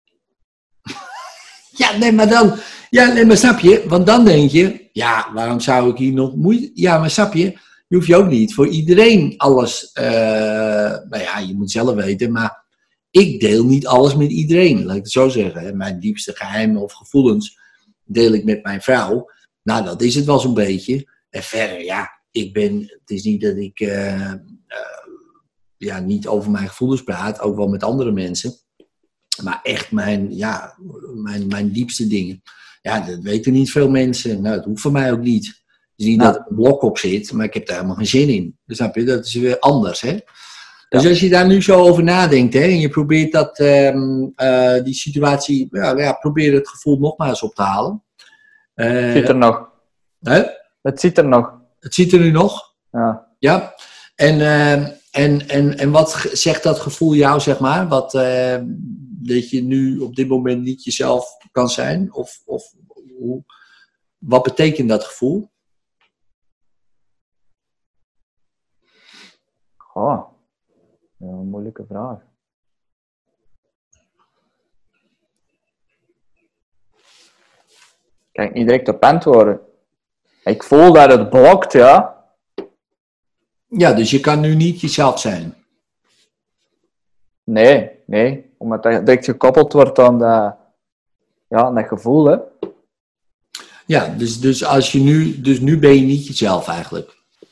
Ja, nee, maar dan... Ja, nee, maar snap je? Want dan denk je... Ja, waarom zou ik hier nog moeite... Ja, maar snap je? Je hoeft je ook niet voor iedereen alles... Uh, nou ja, je moet zelf weten, maar... Ik deel niet alles met iedereen, laat ik het zo zeggen. Mijn diepste geheimen of gevoelens deel ik met mijn vrouw. Nou, dat is het wel zo'n beetje. En verder, ja, ik ben... Het is niet dat ik... Uh, uh, ja, niet over mijn gevoelens praat. Ook wel met andere mensen. Maar echt mijn, ja, mijn, mijn diepste dingen. Ja, dat weten niet veel mensen. Nou, dat hoeft voor mij ook niet. Het is niet nou. dat er een blok op zit, maar ik heb daar helemaal geen zin in. Dus snap je, dat is weer anders, hè. Dus ja. Als je daar nu zo over nadenkt, hè, en je probeert dat, um, uh, die situatie, ja, ja, probeer het gevoel nogmaals op te halen. Uh, het zit er nog. Hè? Het zit er nog. Het zit er nu nog? Ja. Ja. En, uh, en, en, en wat zegt dat gevoel jou, zeg maar? Wat, uh, dat je nu op dit moment niet jezelf kan zijn? Of, of hoe, wat betekent dat gevoel? Goh, ja, een moeilijke vraag. Kan ik niet direct op antwoorden. Ik voel dat het blokt, ja. Ja, dus je kan nu niet jezelf zijn. Nee, nee. Omdat dat direct gekoppeld wordt aan dat, ja, aan dat gevoel, hè. Ja, dus, dus, als je nu, dus nu ben je niet jezelf eigenlijk.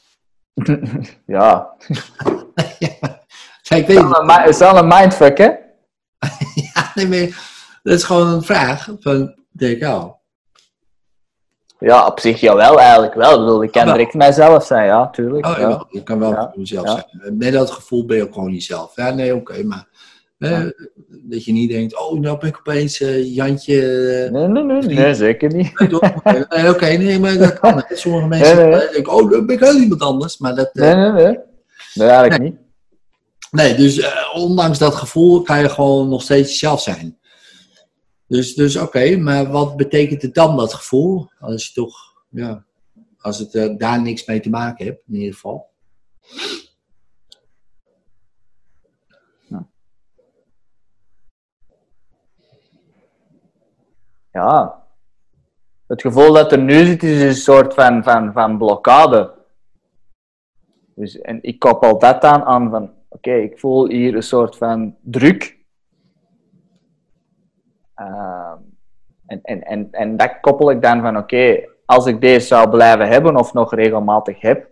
Ja. Ja. Zeg, ik weet het is wel een mindfuck, hè? Ja, nee, maar dat is gewoon een vraag van, denk ik, oh. Ja, op zich jawel, eigenlijk wel. Ik bedoel, ik kan direct mijzelf zijn, ja, tuurlijk. Oh, ja. Je kan wel ja. jezelf ja. zijn. Met dat gevoel ben je ook gewoon jezelf. Ja, nee, oké, okay, maar eh, ja. dat je niet denkt, oh, nou ben ik opeens uh, Jantje. Uh, nee, nee, nee, nee, zeker niet. Nee, oké, okay, nee, maar dat kan. Hè. Sommige mensen nee, nee. denken, oh, dan ben ik heel iemand anders. Maar dat, uh, nee, nee, nee. Nee, eigenlijk nee. niet. Nee, dus uh, ondanks dat gevoel kan je gewoon nog steeds jezelf zijn. Dus, dus oké, okay, maar wat betekent het dan, dat gevoel? Als je toch, ja, als het uh, daar niks mee te maken hebt, in ieder geval. Ja. Het gevoel dat er nu zit, is een soort van, van, van blokkade. Dus, en ik koppel dat aan aan van, oké, okay, ik voel hier een soort van druk. Uh, en, en, en, en dat koppel ik dan van, oké, okay, als ik deze zou blijven hebben of nog regelmatig heb,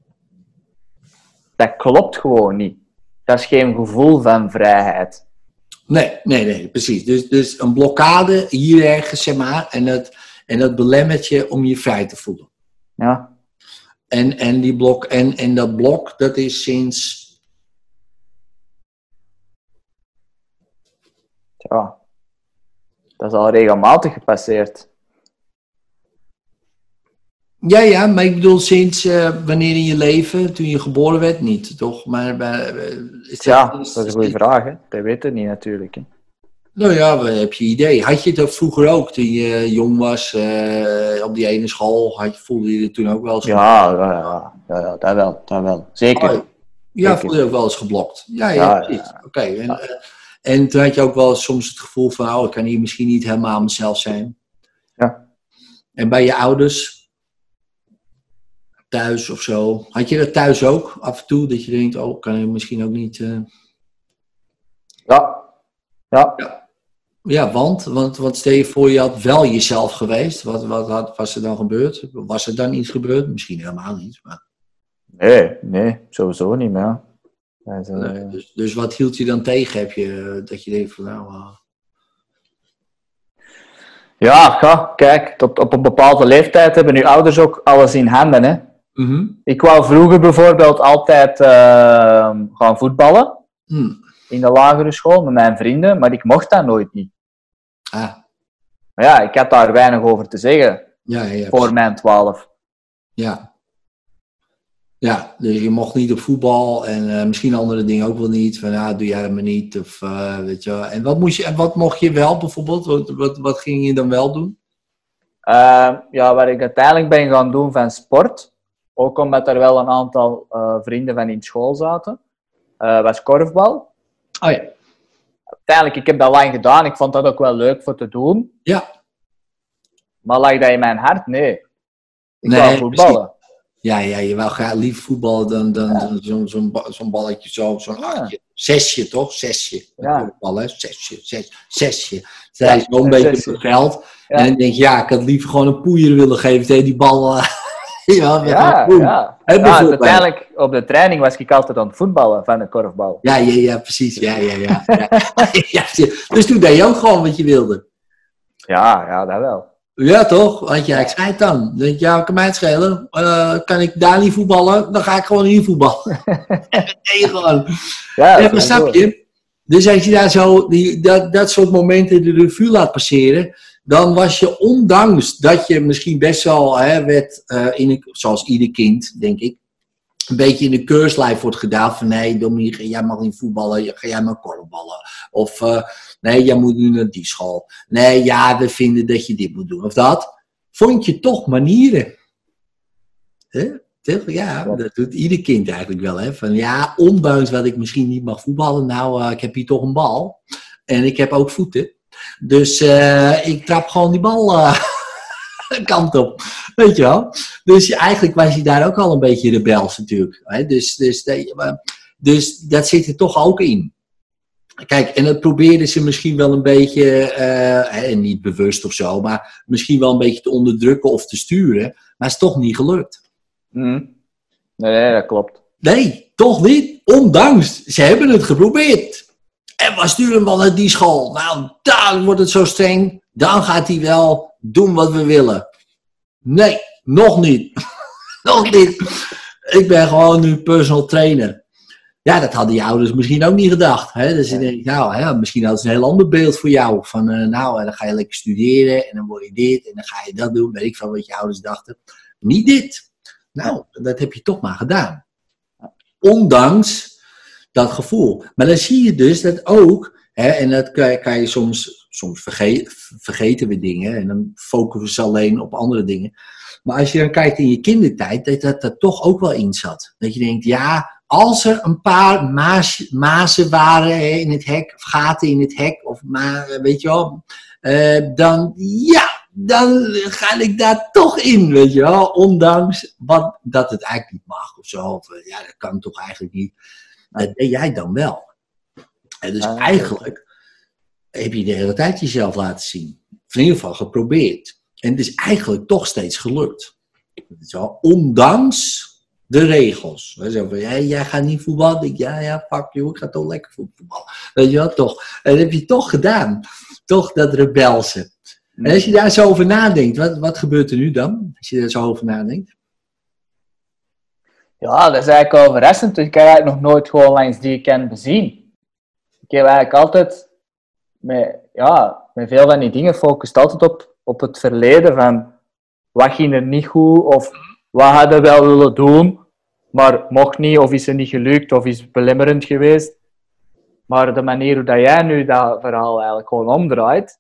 dat klopt gewoon niet. Dat is geen gevoel van vrijheid. Nee, nee, nee, precies. Dus, dus een blokkade hier ergens, zeg maar, en dat, en dat belemmert je om je vrij te voelen. Ja. En, en, die blok, en, en dat blok, dat is sinds... Ja. Dat is al regelmatig gepasseerd. Ja, ja, maar ik bedoel sinds uh, wanneer in je leven, toen je geboren werd, niet, toch? Maar, uh, is ja, dat, is, dat is een goede vraag, hè. Dat weet je niet natuurlijk, hè. Nou ja, wat heb je idee? Had je het vroeger ook, toen je jong was, uh, op die ene school, had je, voelde je het toen ook wel eens? Ja, ja, ja, ja, ja, dat wel, dat wel. Zeker. Oh, ja, Zeker. voelde je ook wel eens geblokt? Ja, ja, ja, precies. ja. Oké, okay. en, uh, en toen had je ook wel soms het gevoel van, oh, ik kan hier misschien niet helemaal mezelf zijn. Ja. En bij je ouders... thuis of zo. Had je dat thuis ook af en toe? Dat je denkt, oh, kan je misschien ook niet... Uh... Ja. Ja. ja. Ja, want, want wat stel je voor, je had wel jezelf geweest. Wat, wat had, was er dan gebeurd? Was er dan iets gebeurd? Misschien helemaal niet. Maar... Nee, nee, sowieso niet meer. Dus, uh... nee, dus, dus wat hield je dan tegen? Heb je dat je denkt van nou... Uh... Ja, ga, kijk, tot op een bepaalde leeftijd hebben nu ouders ook alles in handen, hè. Mm-hmm. Ik wou vroeger bijvoorbeeld altijd uh, gaan voetballen. Mm. In de lagere school met mijn vrienden, maar ik mocht dat nooit niet. Ah. Maar ja, ik had daar weinig over te zeggen. Ja, ja, voor mijn twaalf. Ja. Ja, dus je mocht niet op voetbal en uh, misschien andere dingen ook wel niet. Van ja, doe jij dat maar niet. Of, uh, weet je wel. En wat, moest je, en wat mocht je wel bijvoorbeeld? Wat, wat, wat ging je dan wel doen? Uh, ja, wat ik uiteindelijk ben gaan doen van sport, ook omdat er wel een aantal uh, vrienden van in school zaten, uh, was korfbal. Oh ja. Uiteindelijk, ik heb dat lang gedaan. Ik vond dat ook wel leuk voor te doen. Ja. Maar lag dat in mijn hart? Nee. Ik nee, wou voetballen. Precies. Ja, ja, je wou graag liever voetballen dan, dan, ja. dan zo'n zo'n zo'n balletje zo, zo'n ja. achtje. Zesje, toch? Zesje. Ja. Ballen, zesje, zes, zesje. Zij is wel een beetje op het veld. Ja. En dan denk je, ja, ik had liever gewoon een poeier willen geven tegen die bal. ja, ja, ja. ja uiteindelijk op de training was ik altijd aan het voetballen van de korfbal. Ja, ja, ja, precies. Ja, ja, ja. ja. ja, dus toen deed je ook gewoon wat je wilde. Ja, ja, dat wel. Ja, toch? Want ja, ik zei het dan. Dan denk je, ja, kan mij het schelen. Uh, kan ik daar niet voetballen? Dan ga ik gewoon hier voetballen. nee, gewoon. Ja, ja, maar snap je? Dus als je daar zo, die, dat, dat soort momenten de revue laat passeren, dan was je, ondanks dat je misschien best wel, hè, werd, uh, in een, zoals ieder kind, denk ik, een beetje in de keurslijf wordt gedaan van nee, Dominique, jij mag niet voetballen, ga jij maar korfballen. Of uh, nee, jij moet nu naar die school. Nee, ja, we vinden dat je dit moet doen. Of dat. Vond je toch manieren. Hè? Ja, dat doet ieder kind eigenlijk wel. Hè? Van ja, ondanks dat ik misschien niet mag voetballen, nou, uh, ik heb hier toch een bal. En ik heb ook voeten. Dus uh, ik trap gewoon die bal uh, kant op. Weet je wel? Dus eigenlijk was je daar ook al een beetje rebels natuurlijk. Hè? Dus, dus, dus dat zit er toch ook in. Kijk, en dat probeerden ze misschien wel een beetje, uh, en niet bewust of zo, maar misschien wel een beetje te onderdrukken of te sturen. Maar het is toch niet gelukt. Mm. Nee, nee, dat klopt. Nee, toch niet. Ondanks, ze hebben het geprobeerd. En we sturen hem wel naar die school. Nou, daar wordt het zo streng. Dan gaat hij wel doen wat we willen. Nee, nog niet. nog niet. Ik ben gewoon nu personal trainer. Ja, dat hadden je ouders misschien ook niet gedacht. Hè? Dus je denkt, nou, hè, misschien hadden ze een heel ander beeld voor jou. Van, uh, nou, dan ga je lekker studeren en dan word je dit en dan ga je dat doen. Weet ik van wat je ouders dachten. Niet dit. Nou, dat heb je toch maar gedaan. Ondanks dat gevoel. Maar dan zie je dus dat ook, hè, en dat kan, kan je soms, soms verge- vergeten we dingen en dan focussen we alleen op andere dingen. Maar als je dan kijkt in je kindertijd, dat dat er toch ook wel in zat. Dat je denkt, ja, als er een paar maas, mazen waren in het hek, of gaten in het hek, of ma, weet je wel, uh, dan ja, dan ga ik daar toch in, weet je wel. Ondanks wat, dat het eigenlijk niet mag of zo. Of, ja, dat kan toch eigenlijk niet. Dat deed jij dan wel. En dus Ja, eigenlijk heb je de hele tijd jezelf laten zien. Of in ieder geval geprobeerd. En het is eigenlijk toch steeds gelukt. Weet je wel. Ondanks de regels. Zo van, ja, jij gaat niet voetballen. Ik, ja, ja, fuck you, ik ga toch lekker voetballen. Weet je wel, toch. En dat heb je toch gedaan. Toch dat rebelse. En als je daar zo over nadenkt, wat, wat gebeurt er nu dan? Als je daar zo over nadenkt. Ja, dat is eigenlijk wel verrassend. Ik heb eigenlijk nog nooit gewoon langs die kant bezien. Ik heb eigenlijk altijd, met, ja, met veel van die dingen gefocust altijd op, op het verleden. Van, wat ging er niet goed? Of wat hadden we wel willen doen, maar mocht niet, of is er niet gelukt, of is het belemmerend geweest. Maar de manier hoe dat jij nu dat verhaal eigenlijk gewoon omdraait.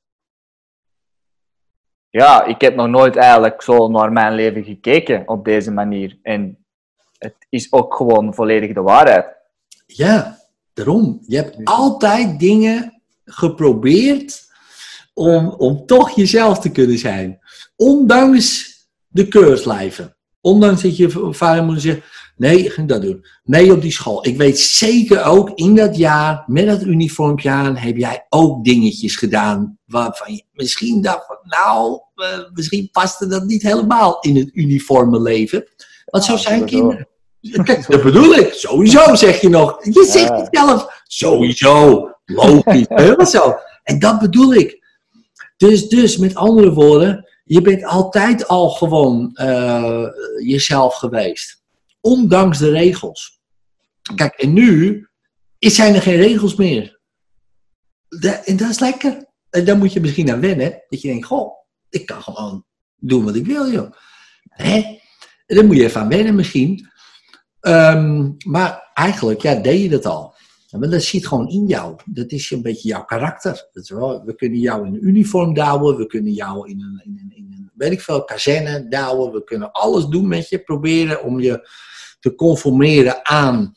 Ja, ik heb nog nooit eigenlijk zo naar mijn leven gekeken op deze manier. En het is ook gewoon volledig de waarheid. Ja, daarom. Je hebt altijd dingen geprobeerd om, om toch jezelf te kunnen zijn. Ondanks de keurslijven. Ondanks dat je vader en moeder zegt, nee, ik ga dat doen. Nee, op die school. Ik weet zeker ook, in dat jaar, met dat uniformpje aan, heb jij ook dingetjes gedaan waarvan je misschien dacht van, nou, uh, misschien paste dat niet helemaal in het uniforme leven. Want zo zijn kinderen. Kijk, dat bedoel ik. Sowieso, zeg je nog. Je zegt het zelf. Sowieso. Logisch. Helemaal zo. En dat bedoel ik. Dus, dus, met andere woorden, je bent altijd al gewoon uh, jezelf geweest. Ondanks de regels. Kijk, en nu zijn er geen regels meer. Dat, en dat is lekker. En daar moet je misschien aan wennen. Dat je denkt, goh, ik kan gewoon doen wat ik wil, joh. Hè? En daar moet je even aan wennen misschien. Um, maar eigenlijk, ja, deed je dat al. Maar dat zit gewoon in jou. Dat is een beetje jouw karakter. Dat is wel, we kunnen jou in een uniform douwen. We kunnen jou in een, in een, in een weet ik veel, kazerne douwen. We kunnen alles doen met je. Proberen om je te conformeren aan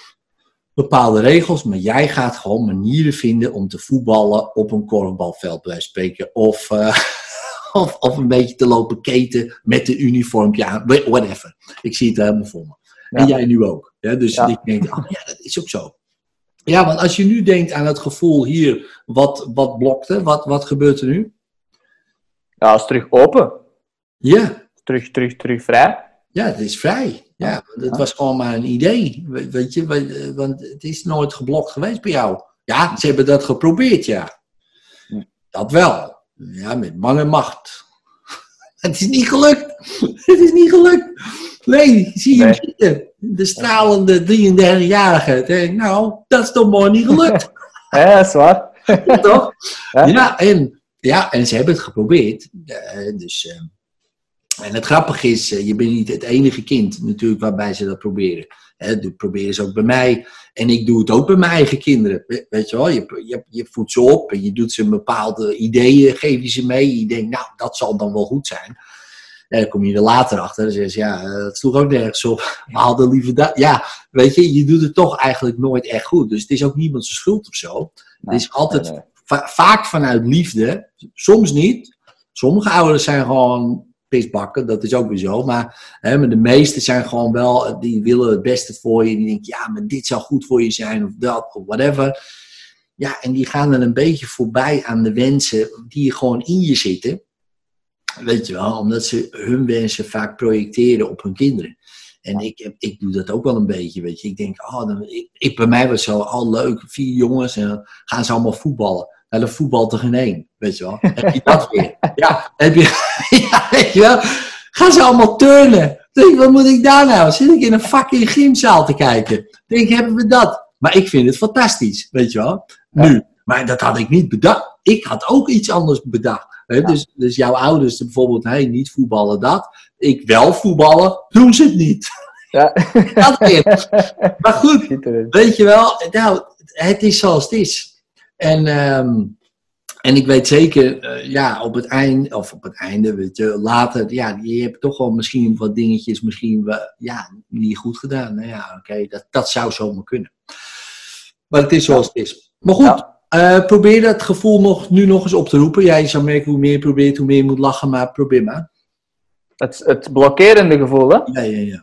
bepaalde regels. Maar jij gaat gewoon manieren vinden om te voetballen op een korfbalveld bij spreken. Of, uh, of, of een beetje te lopen keten met de uniformpje aan. Whatever. Ik zie het helemaal voor me. En ja. Jij nu ook. Ja, dus ja. Ik denk, oh ja, dat is ook zo. Ja, want als je nu denkt aan het gevoel hier, wat, wat blokte, wat, wat gebeurt er nu? Ja, het is terug open. Ja. Terug, terug, terug vrij. Ja, het is vrij. Ja, het ja. was gewoon maar een idee. Weet je, want het is nooit geblokt geweest bij jou. Ja, ze hebben dat geprobeerd, ja. ja. Dat wel. Ja, met man en macht. Het is niet gelukt. Het is niet gelukt. Nee, zie je hem nee. zitten. De stralende drieëndertigjarige. Denk, nou, dat is toch mooi niet gelukt. Ja, dat is waar. Ja, toch? Ja, ja, en, ja, en ze hebben het geprobeerd. Uh, dus, uh, en het grappige is, uh, je bent niet het enige kind natuurlijk waarbij ze dat proberen. Uh, dat proberen ze ook bij mij. En ik doe het ook bij mijn eigen kinderen. We, weet je wel, je, je, je voedt ze op en je doet ze bepaalde ideeën, geef je ze mee. Je denkt, nou, dat zal dan wel goed zijn. En dan kom je er later achter en zeg je, ja, dat sloeg ook nergens op. We hadden liever dat. Ja, weet je, je doet het toch eigenlijk nooit echt goed. Dus het is ook niemand zijn schuld of zo. Nee, het is altijd nee, nee. Va- vaak vanuit liefde. Soms niet. Sommige ouders zijn gewoon pisbakken, dat is ook weer zo. Maar, hè, maar de meeste zijn gewoon wel, die willen het beste voor je. Die denken, ja, maar dit zou goed voor je zijn of dat of whatever. Ja, en die gaan dan een beetje voorbij aan de wensen die gewoon in je zitten. Weet je wel, omdat ze hun wensen vaak projecteren op hun kinderen. En ik, ik doe dat ook wel een beetje, weet je. Ik denk, oh, dan, ik, ik, bij mij was zo, oh leuk, vier jongens en dan gaan ze allemaal voetballen. Nou, dan voetbalt er geen één, weet je wel. Heb je dat weer? Ja, heb je, ja, weet je wel. Gaan ze allemaal turnen. Denk, wat moet ik daar nou? Zit ik in een fucking gymzaal te kijken? Denk, hebben we dat? Maar ik vind het fantastisch, weet je wel. Nu, ja. Maar dat had ik niet bedacht. Ik had ook iets anders bedacht. Ja. Dus, dus jouw ouders bijvoorbeeld, hey, niet voetballen dat. Ik wel voetballen, doen ze het niet. Ja. Dat weer. Maar goed, weet je wel, nou, het is zoals het is. En, um, en ik weet zeker, uh, ja, op het einde, of op het einde, weet je, later, ja, je hebt toch wel misschien wat dingetjes, misschien, uh, ja, niet goed gedaan. Nou ja, oké, okay, dat, dat zou zomaar kunnen. Maar het is zoals het is. Maar goed. Ja. Uh, probeer dat gevoel nog, nu nog eens op te roepen. Ja, je zou merken hoe meer je probeert, hoe meer je moet lachen, maar probeer maar. Het, het blokkerende gevoel, hè? Ja, ja, ja.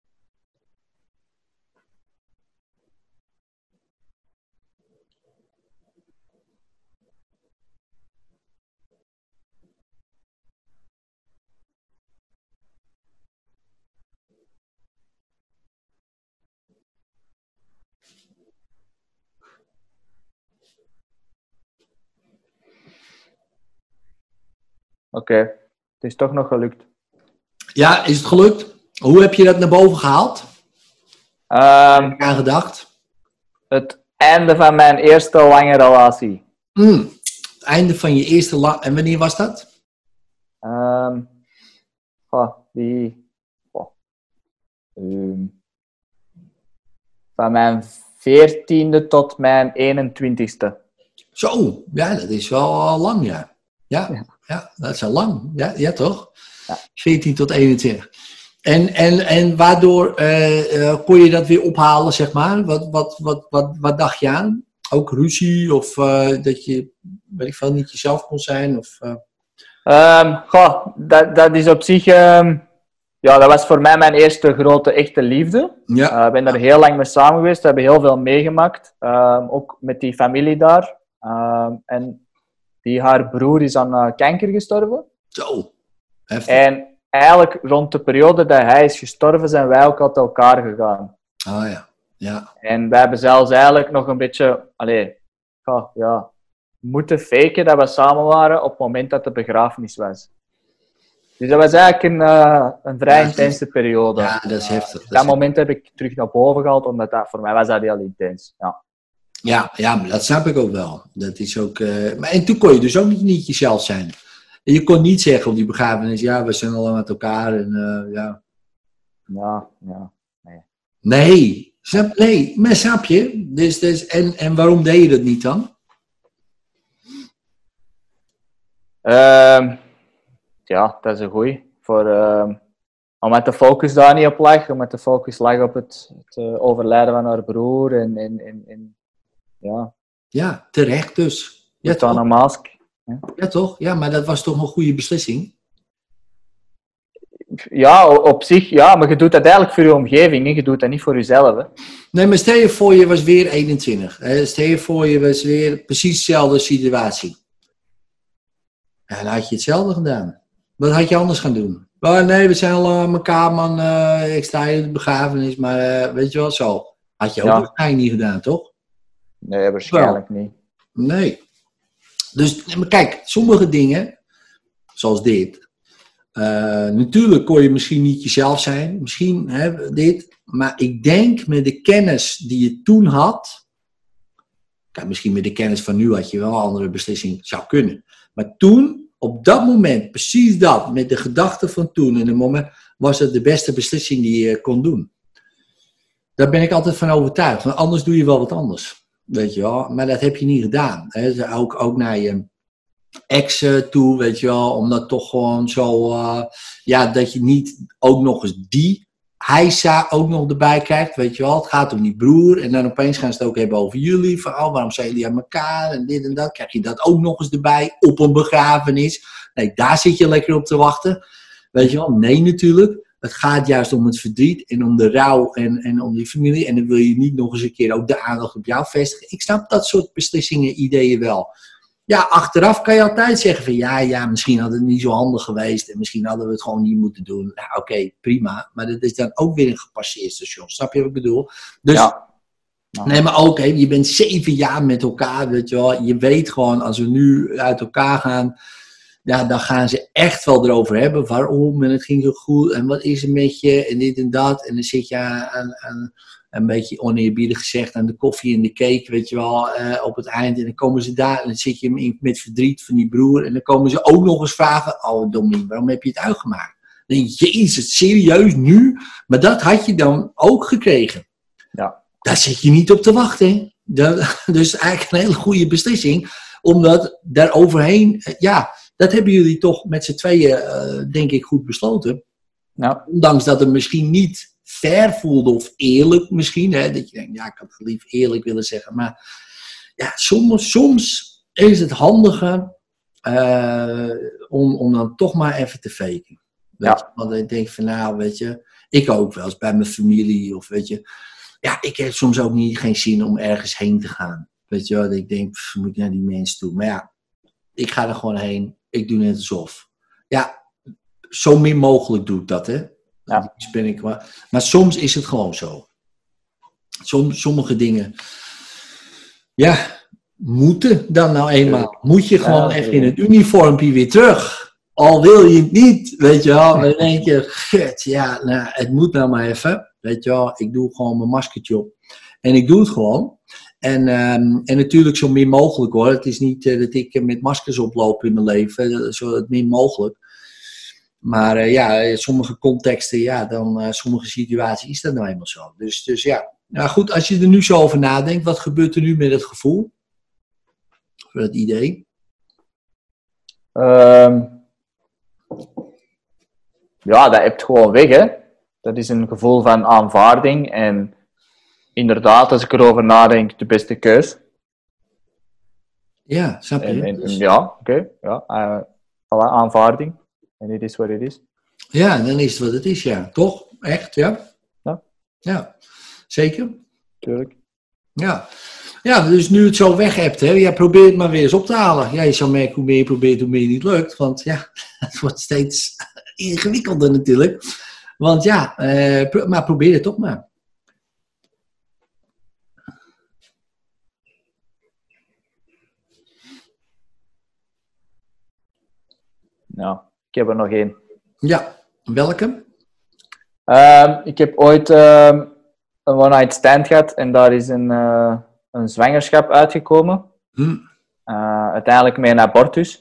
Oké, okay. Het is toch nog gelukt. Ja, is het gelukt? Hoe heb je dat naar boven gehaald? Um, heb ik aan gedacht? Het einde van mijn eerste lange relatie. Mm, het einde van je eerste lange... En wanneer was dat? Um, oh, die... Oh, um, van mijn veertiende tot mijn eenentwintigste. Zo, ja, dat is wel lang, ja. Ja, ja. ja dat is al lang. Ja, ja toch? Ja. veertien tot eenentwintig. En, en, en waardoor uh, uh, kon je dat weer ophalen, zeg maar? Wat, wat, wat, wat, wat dacht je aan? Ook ruzie? Of uh, dat je, weet ik veel, niet jezelf kon zijn? Of, uh... um, goh, dat, dat is op zich... Um, ja, dat was voor mij mijn eerste grote, echte liefde. Ja. Uh, ik ben daar heel lang mee samen geweest. We hebben heel veel meegemaakt. Um, ook met die familie daar. Um, en die, haar broer is aan uh, kanker gestorven. Zo, heftig. En eigenlijk rond de periode dat hij is gestorven, zijn wij ook uit elkaar gegaan. Ah oh, ja, ja. En wij hebben zelfs eigenlijk nog een beetje, allez, ja, ja, moeten faken dat we samen waren op het moment dat de begrafenis was. Dus dat was eigenlijk een, uh, een vrij ja, intense periode. Ja, dat is heftig. Uh, dat, dat moment heb ik terug naar boven gehaald, omdat dat, voor mij was dat heel intens. Ja. Ja, ja, maar dat snap ik ook wel. Dat is ook, uh, maar en toen kon je dus ook niet, niet jezelf zijn. En je kon niet zeggen op die begrafenis, ja, we zijn al lang met elkaar en uh, ja. Ja, ja, nee. Nee, snap, nee, maar snap je? Dus, dus, en, en waarom deed je dat niet dan? Uh, ja, dat is een goeie. Voor, uh, omdat de focus daar niet op lag, omdat de focus lag op het, het uh, overlijden van haar broer en, en, en, en ja. Ja, terecht dus. Ja, toch? Een mask. Ja. ja, toch? Ja, maar dat was toch een goede beslissing? Ja, op zich, ja, maar je doet dat eigenlijk voor je omgeving, hè? Je doet dat niet voor jezelf. Hè? Nee, maar stel je voor je was weer eenentwintig. Hè? Stel je voor je was weer precies dezelfde situatie. Ja, dan had je hetzelfde gedaan. Wat had je anders gaan doen? Oh, nee, we zijn al aan elkaar, man. Uh, ik sta in de begrafenis, maar uh, weet je wel, zo. Had je ook ja. waarschijnlijk niet gedaan, toch? Nee, waarschijnlijk wel. Niet. Nee. Dus, maar kijk, sommige dingen, zoals dit. Uh, natuurlijk kon je misschien niet jezelf zijn. Misschien hè, dit. Maar ik denk met de kennis die je toen had. Kijk, misschien met de kennis van nu had je wel een andere beslissing zou kunnen. Maar toen, op dat moment, precies dat, met de gedachten van toen en het moment, was het de beste beslissing die je kon doen. Daar ben ik altijd van overtuigd. Want anders doe je wel wat anders. Weet je wel. Maar dat heb je niet gedaan. Hè. Ook, ook naar je ex toe, weet je wel. Omdat toch gewoon zo, uh, ja, dat je niet ook nog eens die heisa ook nog erbij krijgt, weet je wel. Het gaat om die broer. En dan opeens gaan ze het ook hebben over jullie. Van, oh, waarom zijn jullie aan elkaar? En dit en dat. Krijg je dat ook nog eens erbij op een begrafenis? Nee, daar zit je lekker op te wachten. Weet je wel? Nee, natuurlijk. Het gaat juist om het verdriet en om de rouw en, en om die familie. En dan wil je niet nog eens een keer ook de aandacht op jou vestigen. Ik snap dat soort beslissingen, ideeën wel. Ja, achteraf kan je altijd zeggen van ja, ja, misschien had het niet zo handig geweest. En misschien hadden we het gewoon niet moeten doen. Nou, oké, okay, prima. Maar dat is dan ook weer een gepasseerd station. Snap je wat ik bedoel? Dus, ja. Ja. Nee, maar ook, hey, je bent zeven jaar met elkaar, weet je wel. Je weet gewoon, als we nu uit elkaar gaan, ja, dan gaan ze echt wel erover hebben. Waarom? En het ging zo goed. En wat is er met je? En dit en dat. En dan zit je aan, aan een beetje oneerbiedig gezegd, aan de koffie en de cake, weet je wel, uh, op het eind. En dan komen ze daar en dan zit je met verdriet van die broer. En dan komen ze ook nog eens vragen, oh Domien, waarom heb je het uitgemaakt? Dan denk je, jezus, serieus, nu? Maar dat had je dan ook gekregen. Ja. Daar zit je niet op te wachten. Dat, dus eigenlijk een hele goede beslissing. Omdat daar overheen, ja, dat hebben jullie toch met z'n tweeën, uh, denk ik, goed besloten. Ja. Ondanks dat het misschien niet fair voelde of eerlijk misschien. Hè, dat je denkt, ja, ik had het lief eerlijk willen zeggen. Maar ja, soms, soms is het handiger uh, om, om dan toch maar even te faken. Weet Ja. je? Want ik denk van, nou, weet je, ik ook wel eens bij mijn familie, of weet je, ja, ik heb soms ook niet geen zin om ergens heen te gaan. Weet je wel, ik denk, pff, moet ik naar die mensen toe? Maar ja, ik ga er gewoon heen, ik doe net alsof. Ja, zo min mogelijk doe ik dat, hè. Ja. Dus ben ik maar, maar soms is het gewoon zo. Som, sommige dingen, ja, moeten dan nou eenmaal. Moet je gewoon Ja, even ja. in het uniformpje weer terug. Al wil je het niet, weet je wel. Dan denk je, gut, ja, nou, het moet nou maar even. Weet je wel, ik doe gewoon mijn maskertje op. En ik doe het gewoon. En, um, en natuurlijk zo min mogelijk hoor. Het is niet uh, dat ik uh, met maskers oploop in mijn leven. Zo het min mogelijk. Maar uh, ja, in sommige contexten, ja, dan uh, sommige situaties is dat nou eenmaal zo. Dus, dus ja, nou goed, als je er nu zo over nadenkt, wat gebeurt er nu met het gevoel? Voor het idee? Um, ja, dat hebt gewoon weg, hè. Dat is een gevoel van aanvaarding en inderdaad, als ik erover nadenk, de beste keus. Ja, snap je? En, en, Dus, ja, oké, okay, ja, uh, voilà, aanvaarding. En it is what it is. ja, dan is het wat het is, ja. Toch? Echt, ja? Ja. Ja, zeker. Tuurlijk. Ja. Ja, dus nu het zo weg hebt, hè, ja, probeer het maar weer eens op te halen. Ja, je zal merken hoe meer je probeert, hoe meer het niet lukt. Want ja, het wordt steeds ingewikkelder natuurlijk. Want ja, eh, pro- maar probeer het toch maar. Nou, ik heb er nog één. Ja, welke? Um, ik heb ooit um, een one-night stand gehad en daar is een, uh, een zwangerschap uitgekomen. Hm. Uh, uiteindelijk met een abortus.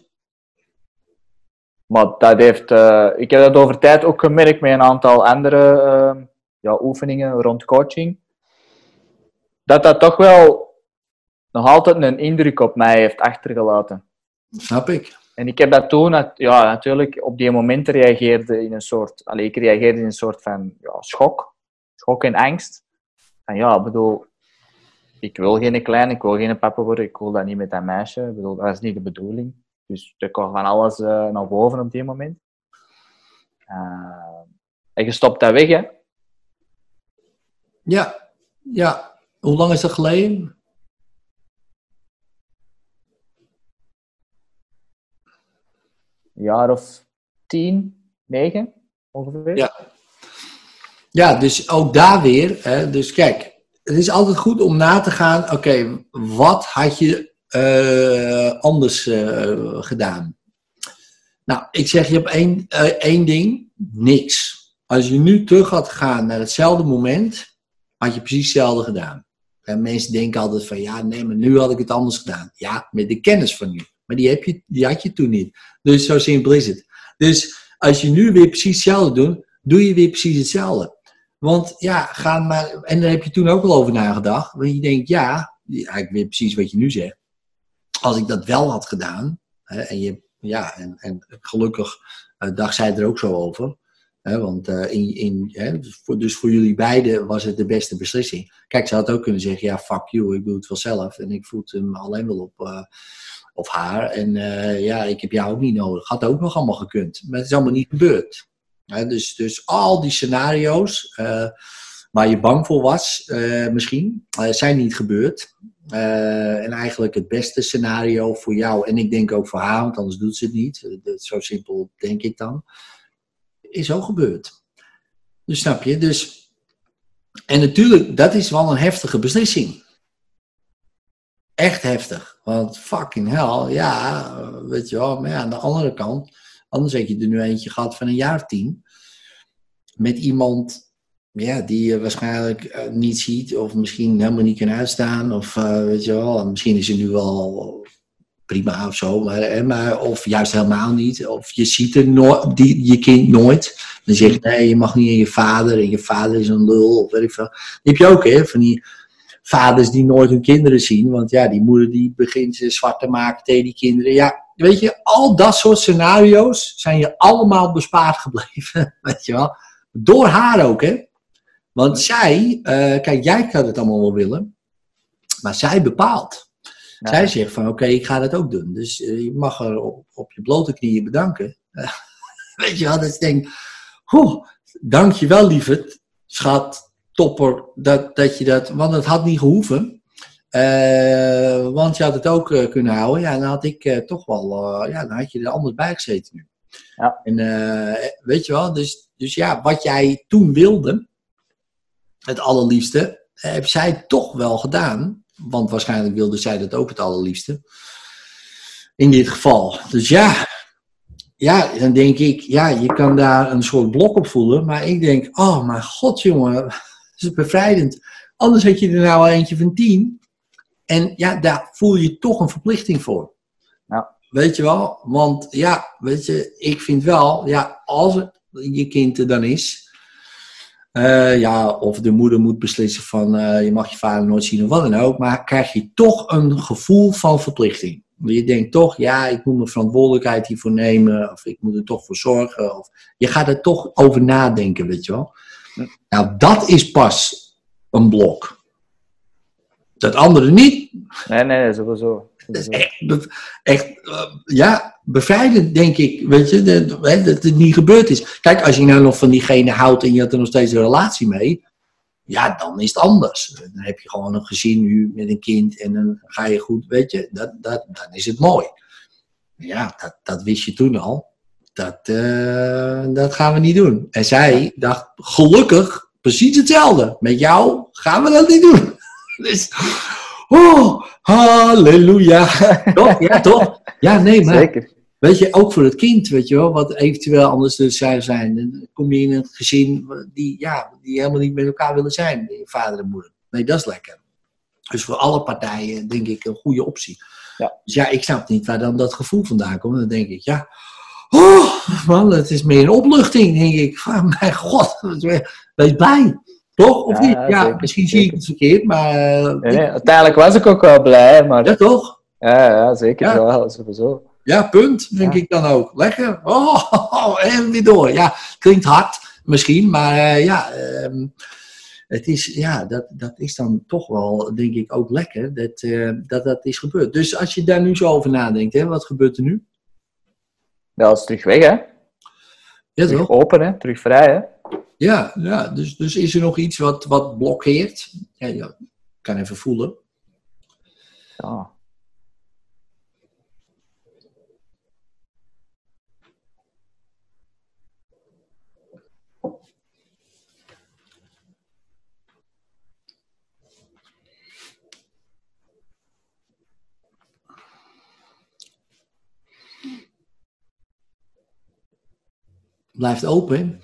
Maar dat heeft, uh, ik heb dat over tijd ook gemerkt met een aantal andere uh, ja, oefeningen rond coaching. Dat dat toch wel nog altijd een indruk op mij heeft achtergelaten. Snap ik. En ik heb dat toen, ja, natuurlijk, op die momenten reageerde in een soort, allez, ik reageerde in een soort van ja, schok. Schok en angst. En ja, ik bedoel, ik wil geen klein, ik wil geen papa worden, ik wil dat niet met dat meisje. Ik bedoel, dat is niet de bedoeling. Dus er kwam van alles uh, naar boven op die moment. Uh, en je stopt dat weg, hè? Ja, ja. Hoe lang is dat geleden? Een jaar of tien, negen ongeveer. Ja. Ja, dus ook daar weer. Hè, dus kijk, het is altijd goed om na te gaan. Oké, okay, wat had je uh, anders uh, gedaan? Nou, ik zeg je op één, uh, één ding. Niks. Als je nu terug had gegaan naar hetzelfde moment, had je precies hetzelfde gedaan. En mensen denken altijd van, ja, nee, maar nu had ik het anders gedaan. Ja, met de kennis van nu. Maar die, heb je, die had je toen niet. Dus zo simpel is het. Dus als je nu weer precies hetzelfde doet, doe je weer precies hetzelfde. Want ja, ga maar... En daar heb je toen ook al over nagedacht. Want je denkt, ja, eigenlijk weer precies wat je nu zegt. Als ik dat wel had gedaan, hè, en, je, ja, en, en gelukkig uh, dacht zij er ook zo over. Hè, want uh, in, in, hè, voor, dus voor jullie beiden was het de beste beslissing. Kijk, ze had ook kunnen zeggen, ja, fuck you, ik doe het wel zelf. En ik voed hem alleen wel op... Uh, of haar. En uh, ja, ik heb jou ook niet nodig. Had ook nog allemaal gekund. Maar het is allemaal niet gebeurd. Ja, dus, dus al die scenario's uh, waar je bang voor was, uh, misschien, uh, zijn niet gebeurd. Uh, en eigenlijk het beste scenario voor jou, en ik denk ook voor haar, want anders doet ze het niet. Dat, zo simpel denk ik dan. Is ook gebeurd. Dus snap je? Dus, en natuurlijk, dat is wel een heftige beslissing. Echt heftig. Want fucking hell, ja, weet je wel. Maar ja, aan de andere kant, anders heb je er nu eentje gehad van een jaar of tien. Met iemand ja, die je waarschijnlijk uh, niet ziet. Of misschien helemaal niet kan uitstaan. Of uh, weet je wel, misschien is ze nu wel prima of zo. Maar, maar, of juist helemaal niet. Of je ziet er no- die, je kind nooit. Dan zeg je, nee, je mag niet in je vader. En je vader is een lul. Of weet ik veel. Die heb je ook, hè, van die... vaders die nooit hun kinderen zien. Want ja, die moeder die begint ze zwart te maken tegen die kinderen. Ja, weet je, al dat soort scenario's zijn je allemaal bespaard gebleven. Weet je wel. Door haar ook, hè. Want zij, uh, kijk, jij kan het allemaal wel willen. Maar zij bepaalt. Ja. Zij zegt van, oké, okay, ik ga dat ook doen. Dus uh, je mag er op, op je blote knieën bedanken. Uh, weet je wel, dat ik denk, oh, dank je wel, lieverd, schat, topper, dat, dat je dat, want het had niet gehoeven. Uh, want je had het ook uh, kunnen houden. Ja, dan had ik uh, toch wel, uh, ja, dan had je er anders bij gezeten nu. Ja. En uh, weet je wel, dus, dus ja, wat jij toen wilde, het allerliefste, heb zij toch wel gedaan. Want waarschijnlijk wilde zij dat ook het allerliefste. In dit geval. Dus ja, ja, dan denk ik, ja, je kan daar een soort blok op voelen. Maar ik denk, oh mijn god jongen, dat is bevrijdend. Anders had je er nou al eentje van tien. En ja, daar voel je toch een verplichting voor. Ja. Weet je wel? Want ja, weet je, ik vind wel, ja, als het je kind er dan is. Uh, ja, of de moeder moet beslissen van, uh, je mag je vader nooit zien of wat dan ook. Maar krijg je toch een gevoel van verplichting. Je denkt toch, ja, ik moet mijn verantwoordelijkheid hiervoor nemen. Of ik moet er toch voor zorgen. Of, je gaat er toch over nadenken, weet je wel. Hm. Nou, dat is pas een blok. Dat andere niet. Nee, nee, sowieso. Dat is echt, dat, echt uh, ja, bevrijdend, denk ik. Weet je, dat, dat het niet gebeurd is. Kijk, als je nou nog van diegene houdt en je had er nog steeds een relatie mee. Ja, dan is het anders. Dan heb je gewoon een gezin nu met een kind en dan ga je goed, weet je. Dat, dat, dan is het mooi. Ja, dat, dat wist je toen al. Dat, uh, dat gaan we niet doen. En zij dacht, gelukkig, precies hetzelfde. Met jou gaan we dat niet doen. Dus, oh, halleluja. Toch? Ja, toch? Ja, nee, maar. Zeker. Weet je, ook voor het kind, weet je wel, wat eventueel anders zou zijn. Dan kom je in een gezin die, ja, die helemaal niet met elkaar willen zijn, je vader en moeder. Nee, dat is lekker. Dus voor alle partijen, denk ik, een goede optie. Ja. Dus ja, ik snap niet waar dan dat gevoel vandaan komt. Dan denk ik, ja, oh, man, het is meer een opluchting, denk ik. Van, mijn god, wees blij. Toch? Of ja, niet? Ja, zeker, misschien zeker. zie ik het verkeerd, maar... Uh, nee, nee, uiteindelijk was ik ook wel blij, maar... Ja, toch? Ja, ja zeker Ja. wel, sowieso. Ja, punt, denk Ja. ik dan ook. Lekker. Oh, oh, oh, en weer door. Ja, klinkt hard misschien, maar uh, ja, um, het is, ja dat, dat is dan toch wel, denk ik, ook lekker dat, uh, dat dat is gebeurd. Dus als je daar nu zo over nadenkt, hè, wat gebeurt er nu? Ja, dat is terug weg, hè. Ja, Terug toch? open, hè. Terug vrij, hè. Ja, ja dus, dus is er nog iets wat, wat blokkeert? Ja, ja, ik kan even voelen. Ja. Blijft open.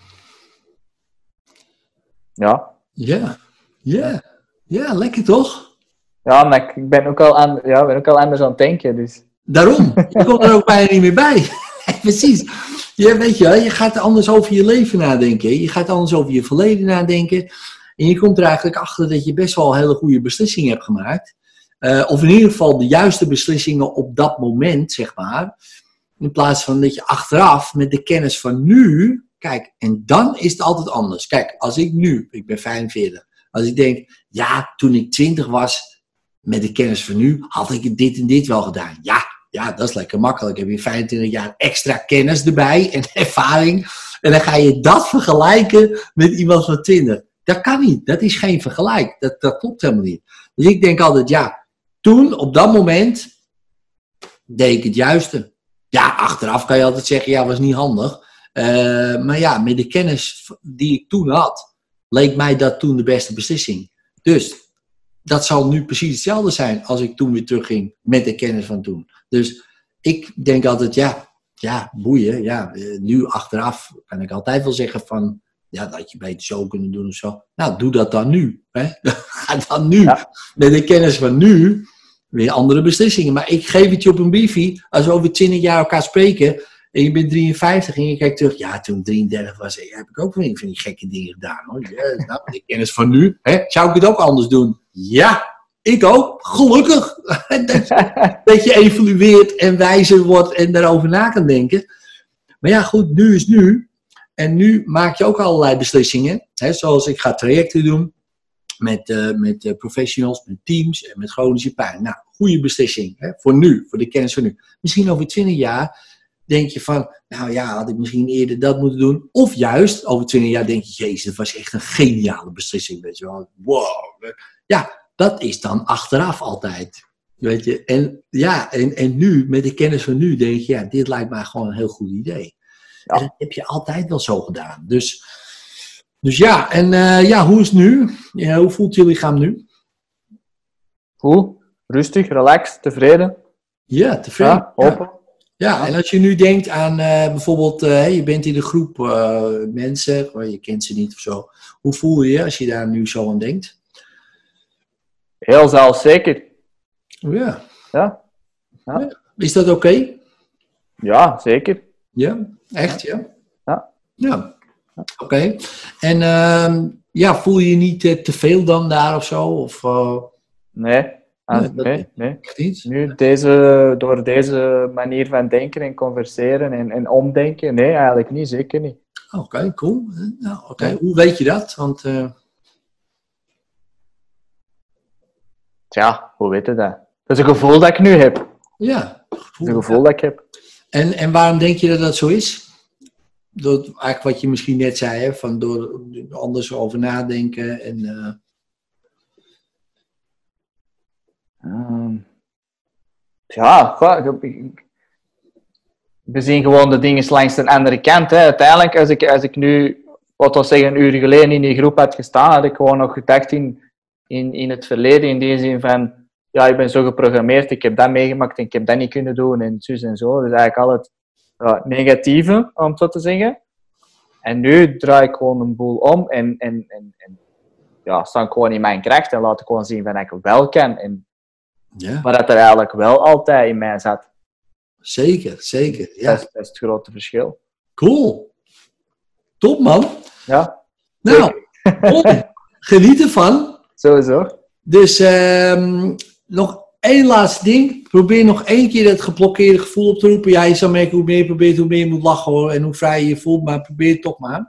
Ja. Ja, ja, ja, lekker toch? Ja, maar ik- ik ben ook al, aan, ja, ben ook al anders aan het denken, dus... Daarom, je komt er ook bijna niet meer bij. Precies. Ja, weet je, je gaat anders over je leven nadenken. Je gaat anders over je verleden nadenken. En je komt er eigenlijk achter dat je best wel hele goede beslissingen hebt gemaakt. Uh, of in ieder geval de juiste beslissingen op dat moment, zeg maar. In plaats van dat je achteraf met de kennis van nu... Kijk, en dan is het altijd anders. Kijk, als ik nu, ik ben vijfenveertig. Als ik denk, ja, toen ik twintig was... Met de kennis van nu had ik dit en dit wel gedaan. Ja, ja, dat is lekker makkelijk. Heb je vijfentwintig jaar extra kennis erbij en ervaring. En dan ga je dat vergelijken met iemand van twintig. Dat kan niet. Dat is geen vergelijk. Dat, dat klopt helemaal niet. Dus ik denk altijd, ja, toen, op dat moment, deed ik het juiste. Ja, achteraf kan je altijd zeggen, ja, was niet handig. Uh, maar ja, met de kennis die ik toen had, leek mij dat toen de beste beslissing. Dus... Dat zal nu precies hetzelfde zijn als ik toen weer terugging met de kennis van toen. Dus ik denk altijd, ja, ja boeien. Ja, nu achteraf kan ik altijd wel zeggen van, ja, dat had je beter zo kunnen doen of zo. Nou, doe dat dan nu. Hè? Ga dan nu, ja. Met de kennis van nu, weer andere beslissingen. Maar ik geef het je op een briefie, als we over twintig jaar elkaar spreken en je bent drieënvijftig en je kijkt terug, ja, toen ik drieëndertig was, ja, heb ik ook weer van die gekke dingen gedaan. Hoor. Ja, nou, de kennis van nu, hè? Zou ik het ook anders doen? Ja, ik ook. Gelukkig. Dat je evolueert en wijzer wordt en daarover na kan denken. Maar ja, goed, nu is nu. En nu maak je ook allerlei beslissingen. Hè, zoals ik ga trajecten doen met, uh, met uh, professionals, met teams en met chronische pijn. Nou, goede beslissing. Hè? Voor nu, voor de kennis van nu. Misschien over twintig jaar denk je van, nou ja, had ik misschien eerder dat moeten doen. Of juist, over twintig jaar denk je, jezus, dat was echt een geniale beslissing. Weet je wel. Wow. Ja, dat is dan achteraf altijd. Weet je. En ja, en, en nu, met de kennis van nu, denk je, ja, dit lijkt mij gewoon een heel goed idee. Ja. En dat heb je altijd wel zo gedaan. Dus, dus ja, en uh, ja, hoe is het nu? Ja, hoe voelt je lichaam nu? Goed, rustig, relaxed, tevreden. Ja, tevreden. Ja, open. Ja. Ja, en als je nu denkt aan uh, bijvoorbeeld, uh, je bent in een groep uh, mensen, je kent ze niet of zo. Hoe voel je je als je daar nu zo aan denkt? Heel zelfzeker. Ja. Ja. Ja. Ja. Is dat oké? Okay? Ja, zeker. Ja, echt, ja? Ja. Ja, oké. Okay. En uh, ja, voel je je niet uh, te veel dan daar of zo? Of, uh... Nee. Ah, nee, dat nee, nee. Echt niet? Nu, deze, door deze manier van denken en converseren en, en omdenken, nee, eigenlijk niet, zeker niet. Oké, okay, cool. Nou, oké. Okay. Hoe weet je dat? Want... Uh... Tja, hoe weet je dat? Dat is een gevoel dat ik nu heb. Ja. Dat is een gevoel ja. dat ik heb. En, en waarom denk je dat dat zo is? Door eigenlijk wat je misschien net zei, hè, van door anders over nadenken en... Uh... Um, ja, we zien gewoon de dingen langs de andere kant. Hè. Uiteindelijk, als ik, als ik nu, wat we zeggen, een uur geleden in die groep had gestaan, had ik gewoon nog gedacht in, in, in het verleden, in die zin van, ja, ik ben zo geprogrammeerd, ik heb dat meegemaakt en ik heb dat niet kunnen doen en zus en zo. Dus eigenlijk al het ja, negatieve, om het zo te zeggen. En nu draai ik gewoon een boel om en, en, en, en ja, sta ik gewoon in mijn kracht en laat ik gewoon zien wat ik wel kan. En ja. Maar dat er eigenlijk wel altijd in mij zat. Zeker, zeker. Ja. Dat, is, dat is het grote verschil. Cool. Top, man. Ja. Nou, geniet ervan. Sowieso. Dus um, nog één laatste ding. Probeer nog één keer dat geblokkeerde gevoel op te roepen. Ja, je zal merken hoe meer je probeert, hoe meer je moet lachen hoor. En hoe vrij je je voelt. Maar probeer het toch maar.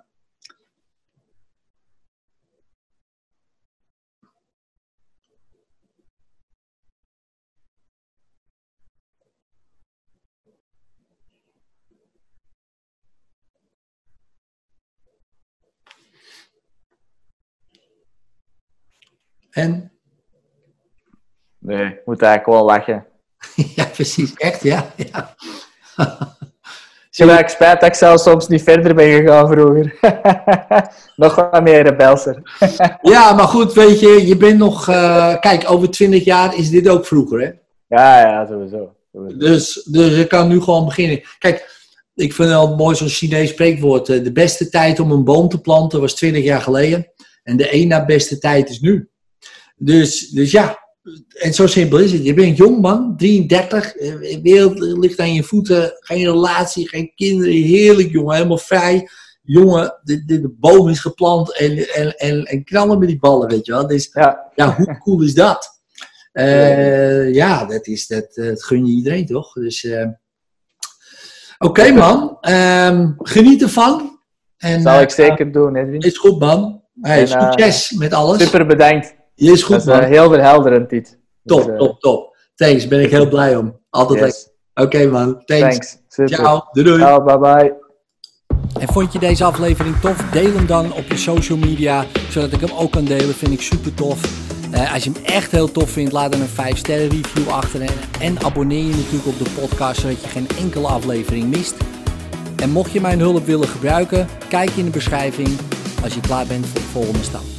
En? Nee, ik moet eigenlijk wel lachen. Ja, precies. Echt, ja. ja. Ik heb spijt dat ik zelfs soms niet verder ben gegaan vroeger. Nog wat meer rebelser. Ja, maar goed, weet je, je bent nog... Uh, kijk, over twintig jaar is dit ook vroeger, hè? Ja, ja, sowieso. sowieso. Dus, dus je kan nu gewoon beginnen. Kijk, ik vind het wel mooi zo'n Chinees spreekwoord. De beste tijd om een boom te planten was twintig jaar geleden. En de één na beste tijd is nu. Dus, dus ja, en zo simpel is het. Je bent jong man, drieëndertig, de wereld ligt aan je voeten, geen relatie, geen kinderen, heerlijk jongen, helemaal vrij. Jongen, de, de, de boom is geplant en, en, en, en knallen met die ballen, weet je wel. Dus ja, ja hoe cool is dat? Uh, ja, dat, is, dat, dat gun je iedereen toch? Dus, uh, oké okay, man, um, geniet ervan. En, zal ik uh, zeker doen, Edwin. Is goed man. Hey, en, succes uh, met alles. Super bedankt. Je is goed, dat is uh, heel verhelderend, dit. Top, dus, uh, top, top. Thanks, ben ik heel blij om. Altijd yes. Oké, okay, man. Thanks. Thanks. Super. Ciao. Doei, doei. Ciao, bye, bye. En vond je deze aflevering tof? Deel hem dan op je social media, zodat ik hem ook kan delen. Vind ik super tof. Uh, als je hem echt heel tof vindt, laat dan een vijf sterren review achter. En, en abonneer je natuurlijk op de podcast, zodat je geen enkele aflevering mist. En mocht je mijn hulp willen gebruiken, kijk in de beschrijving als je klaar bent voor de volgende stap.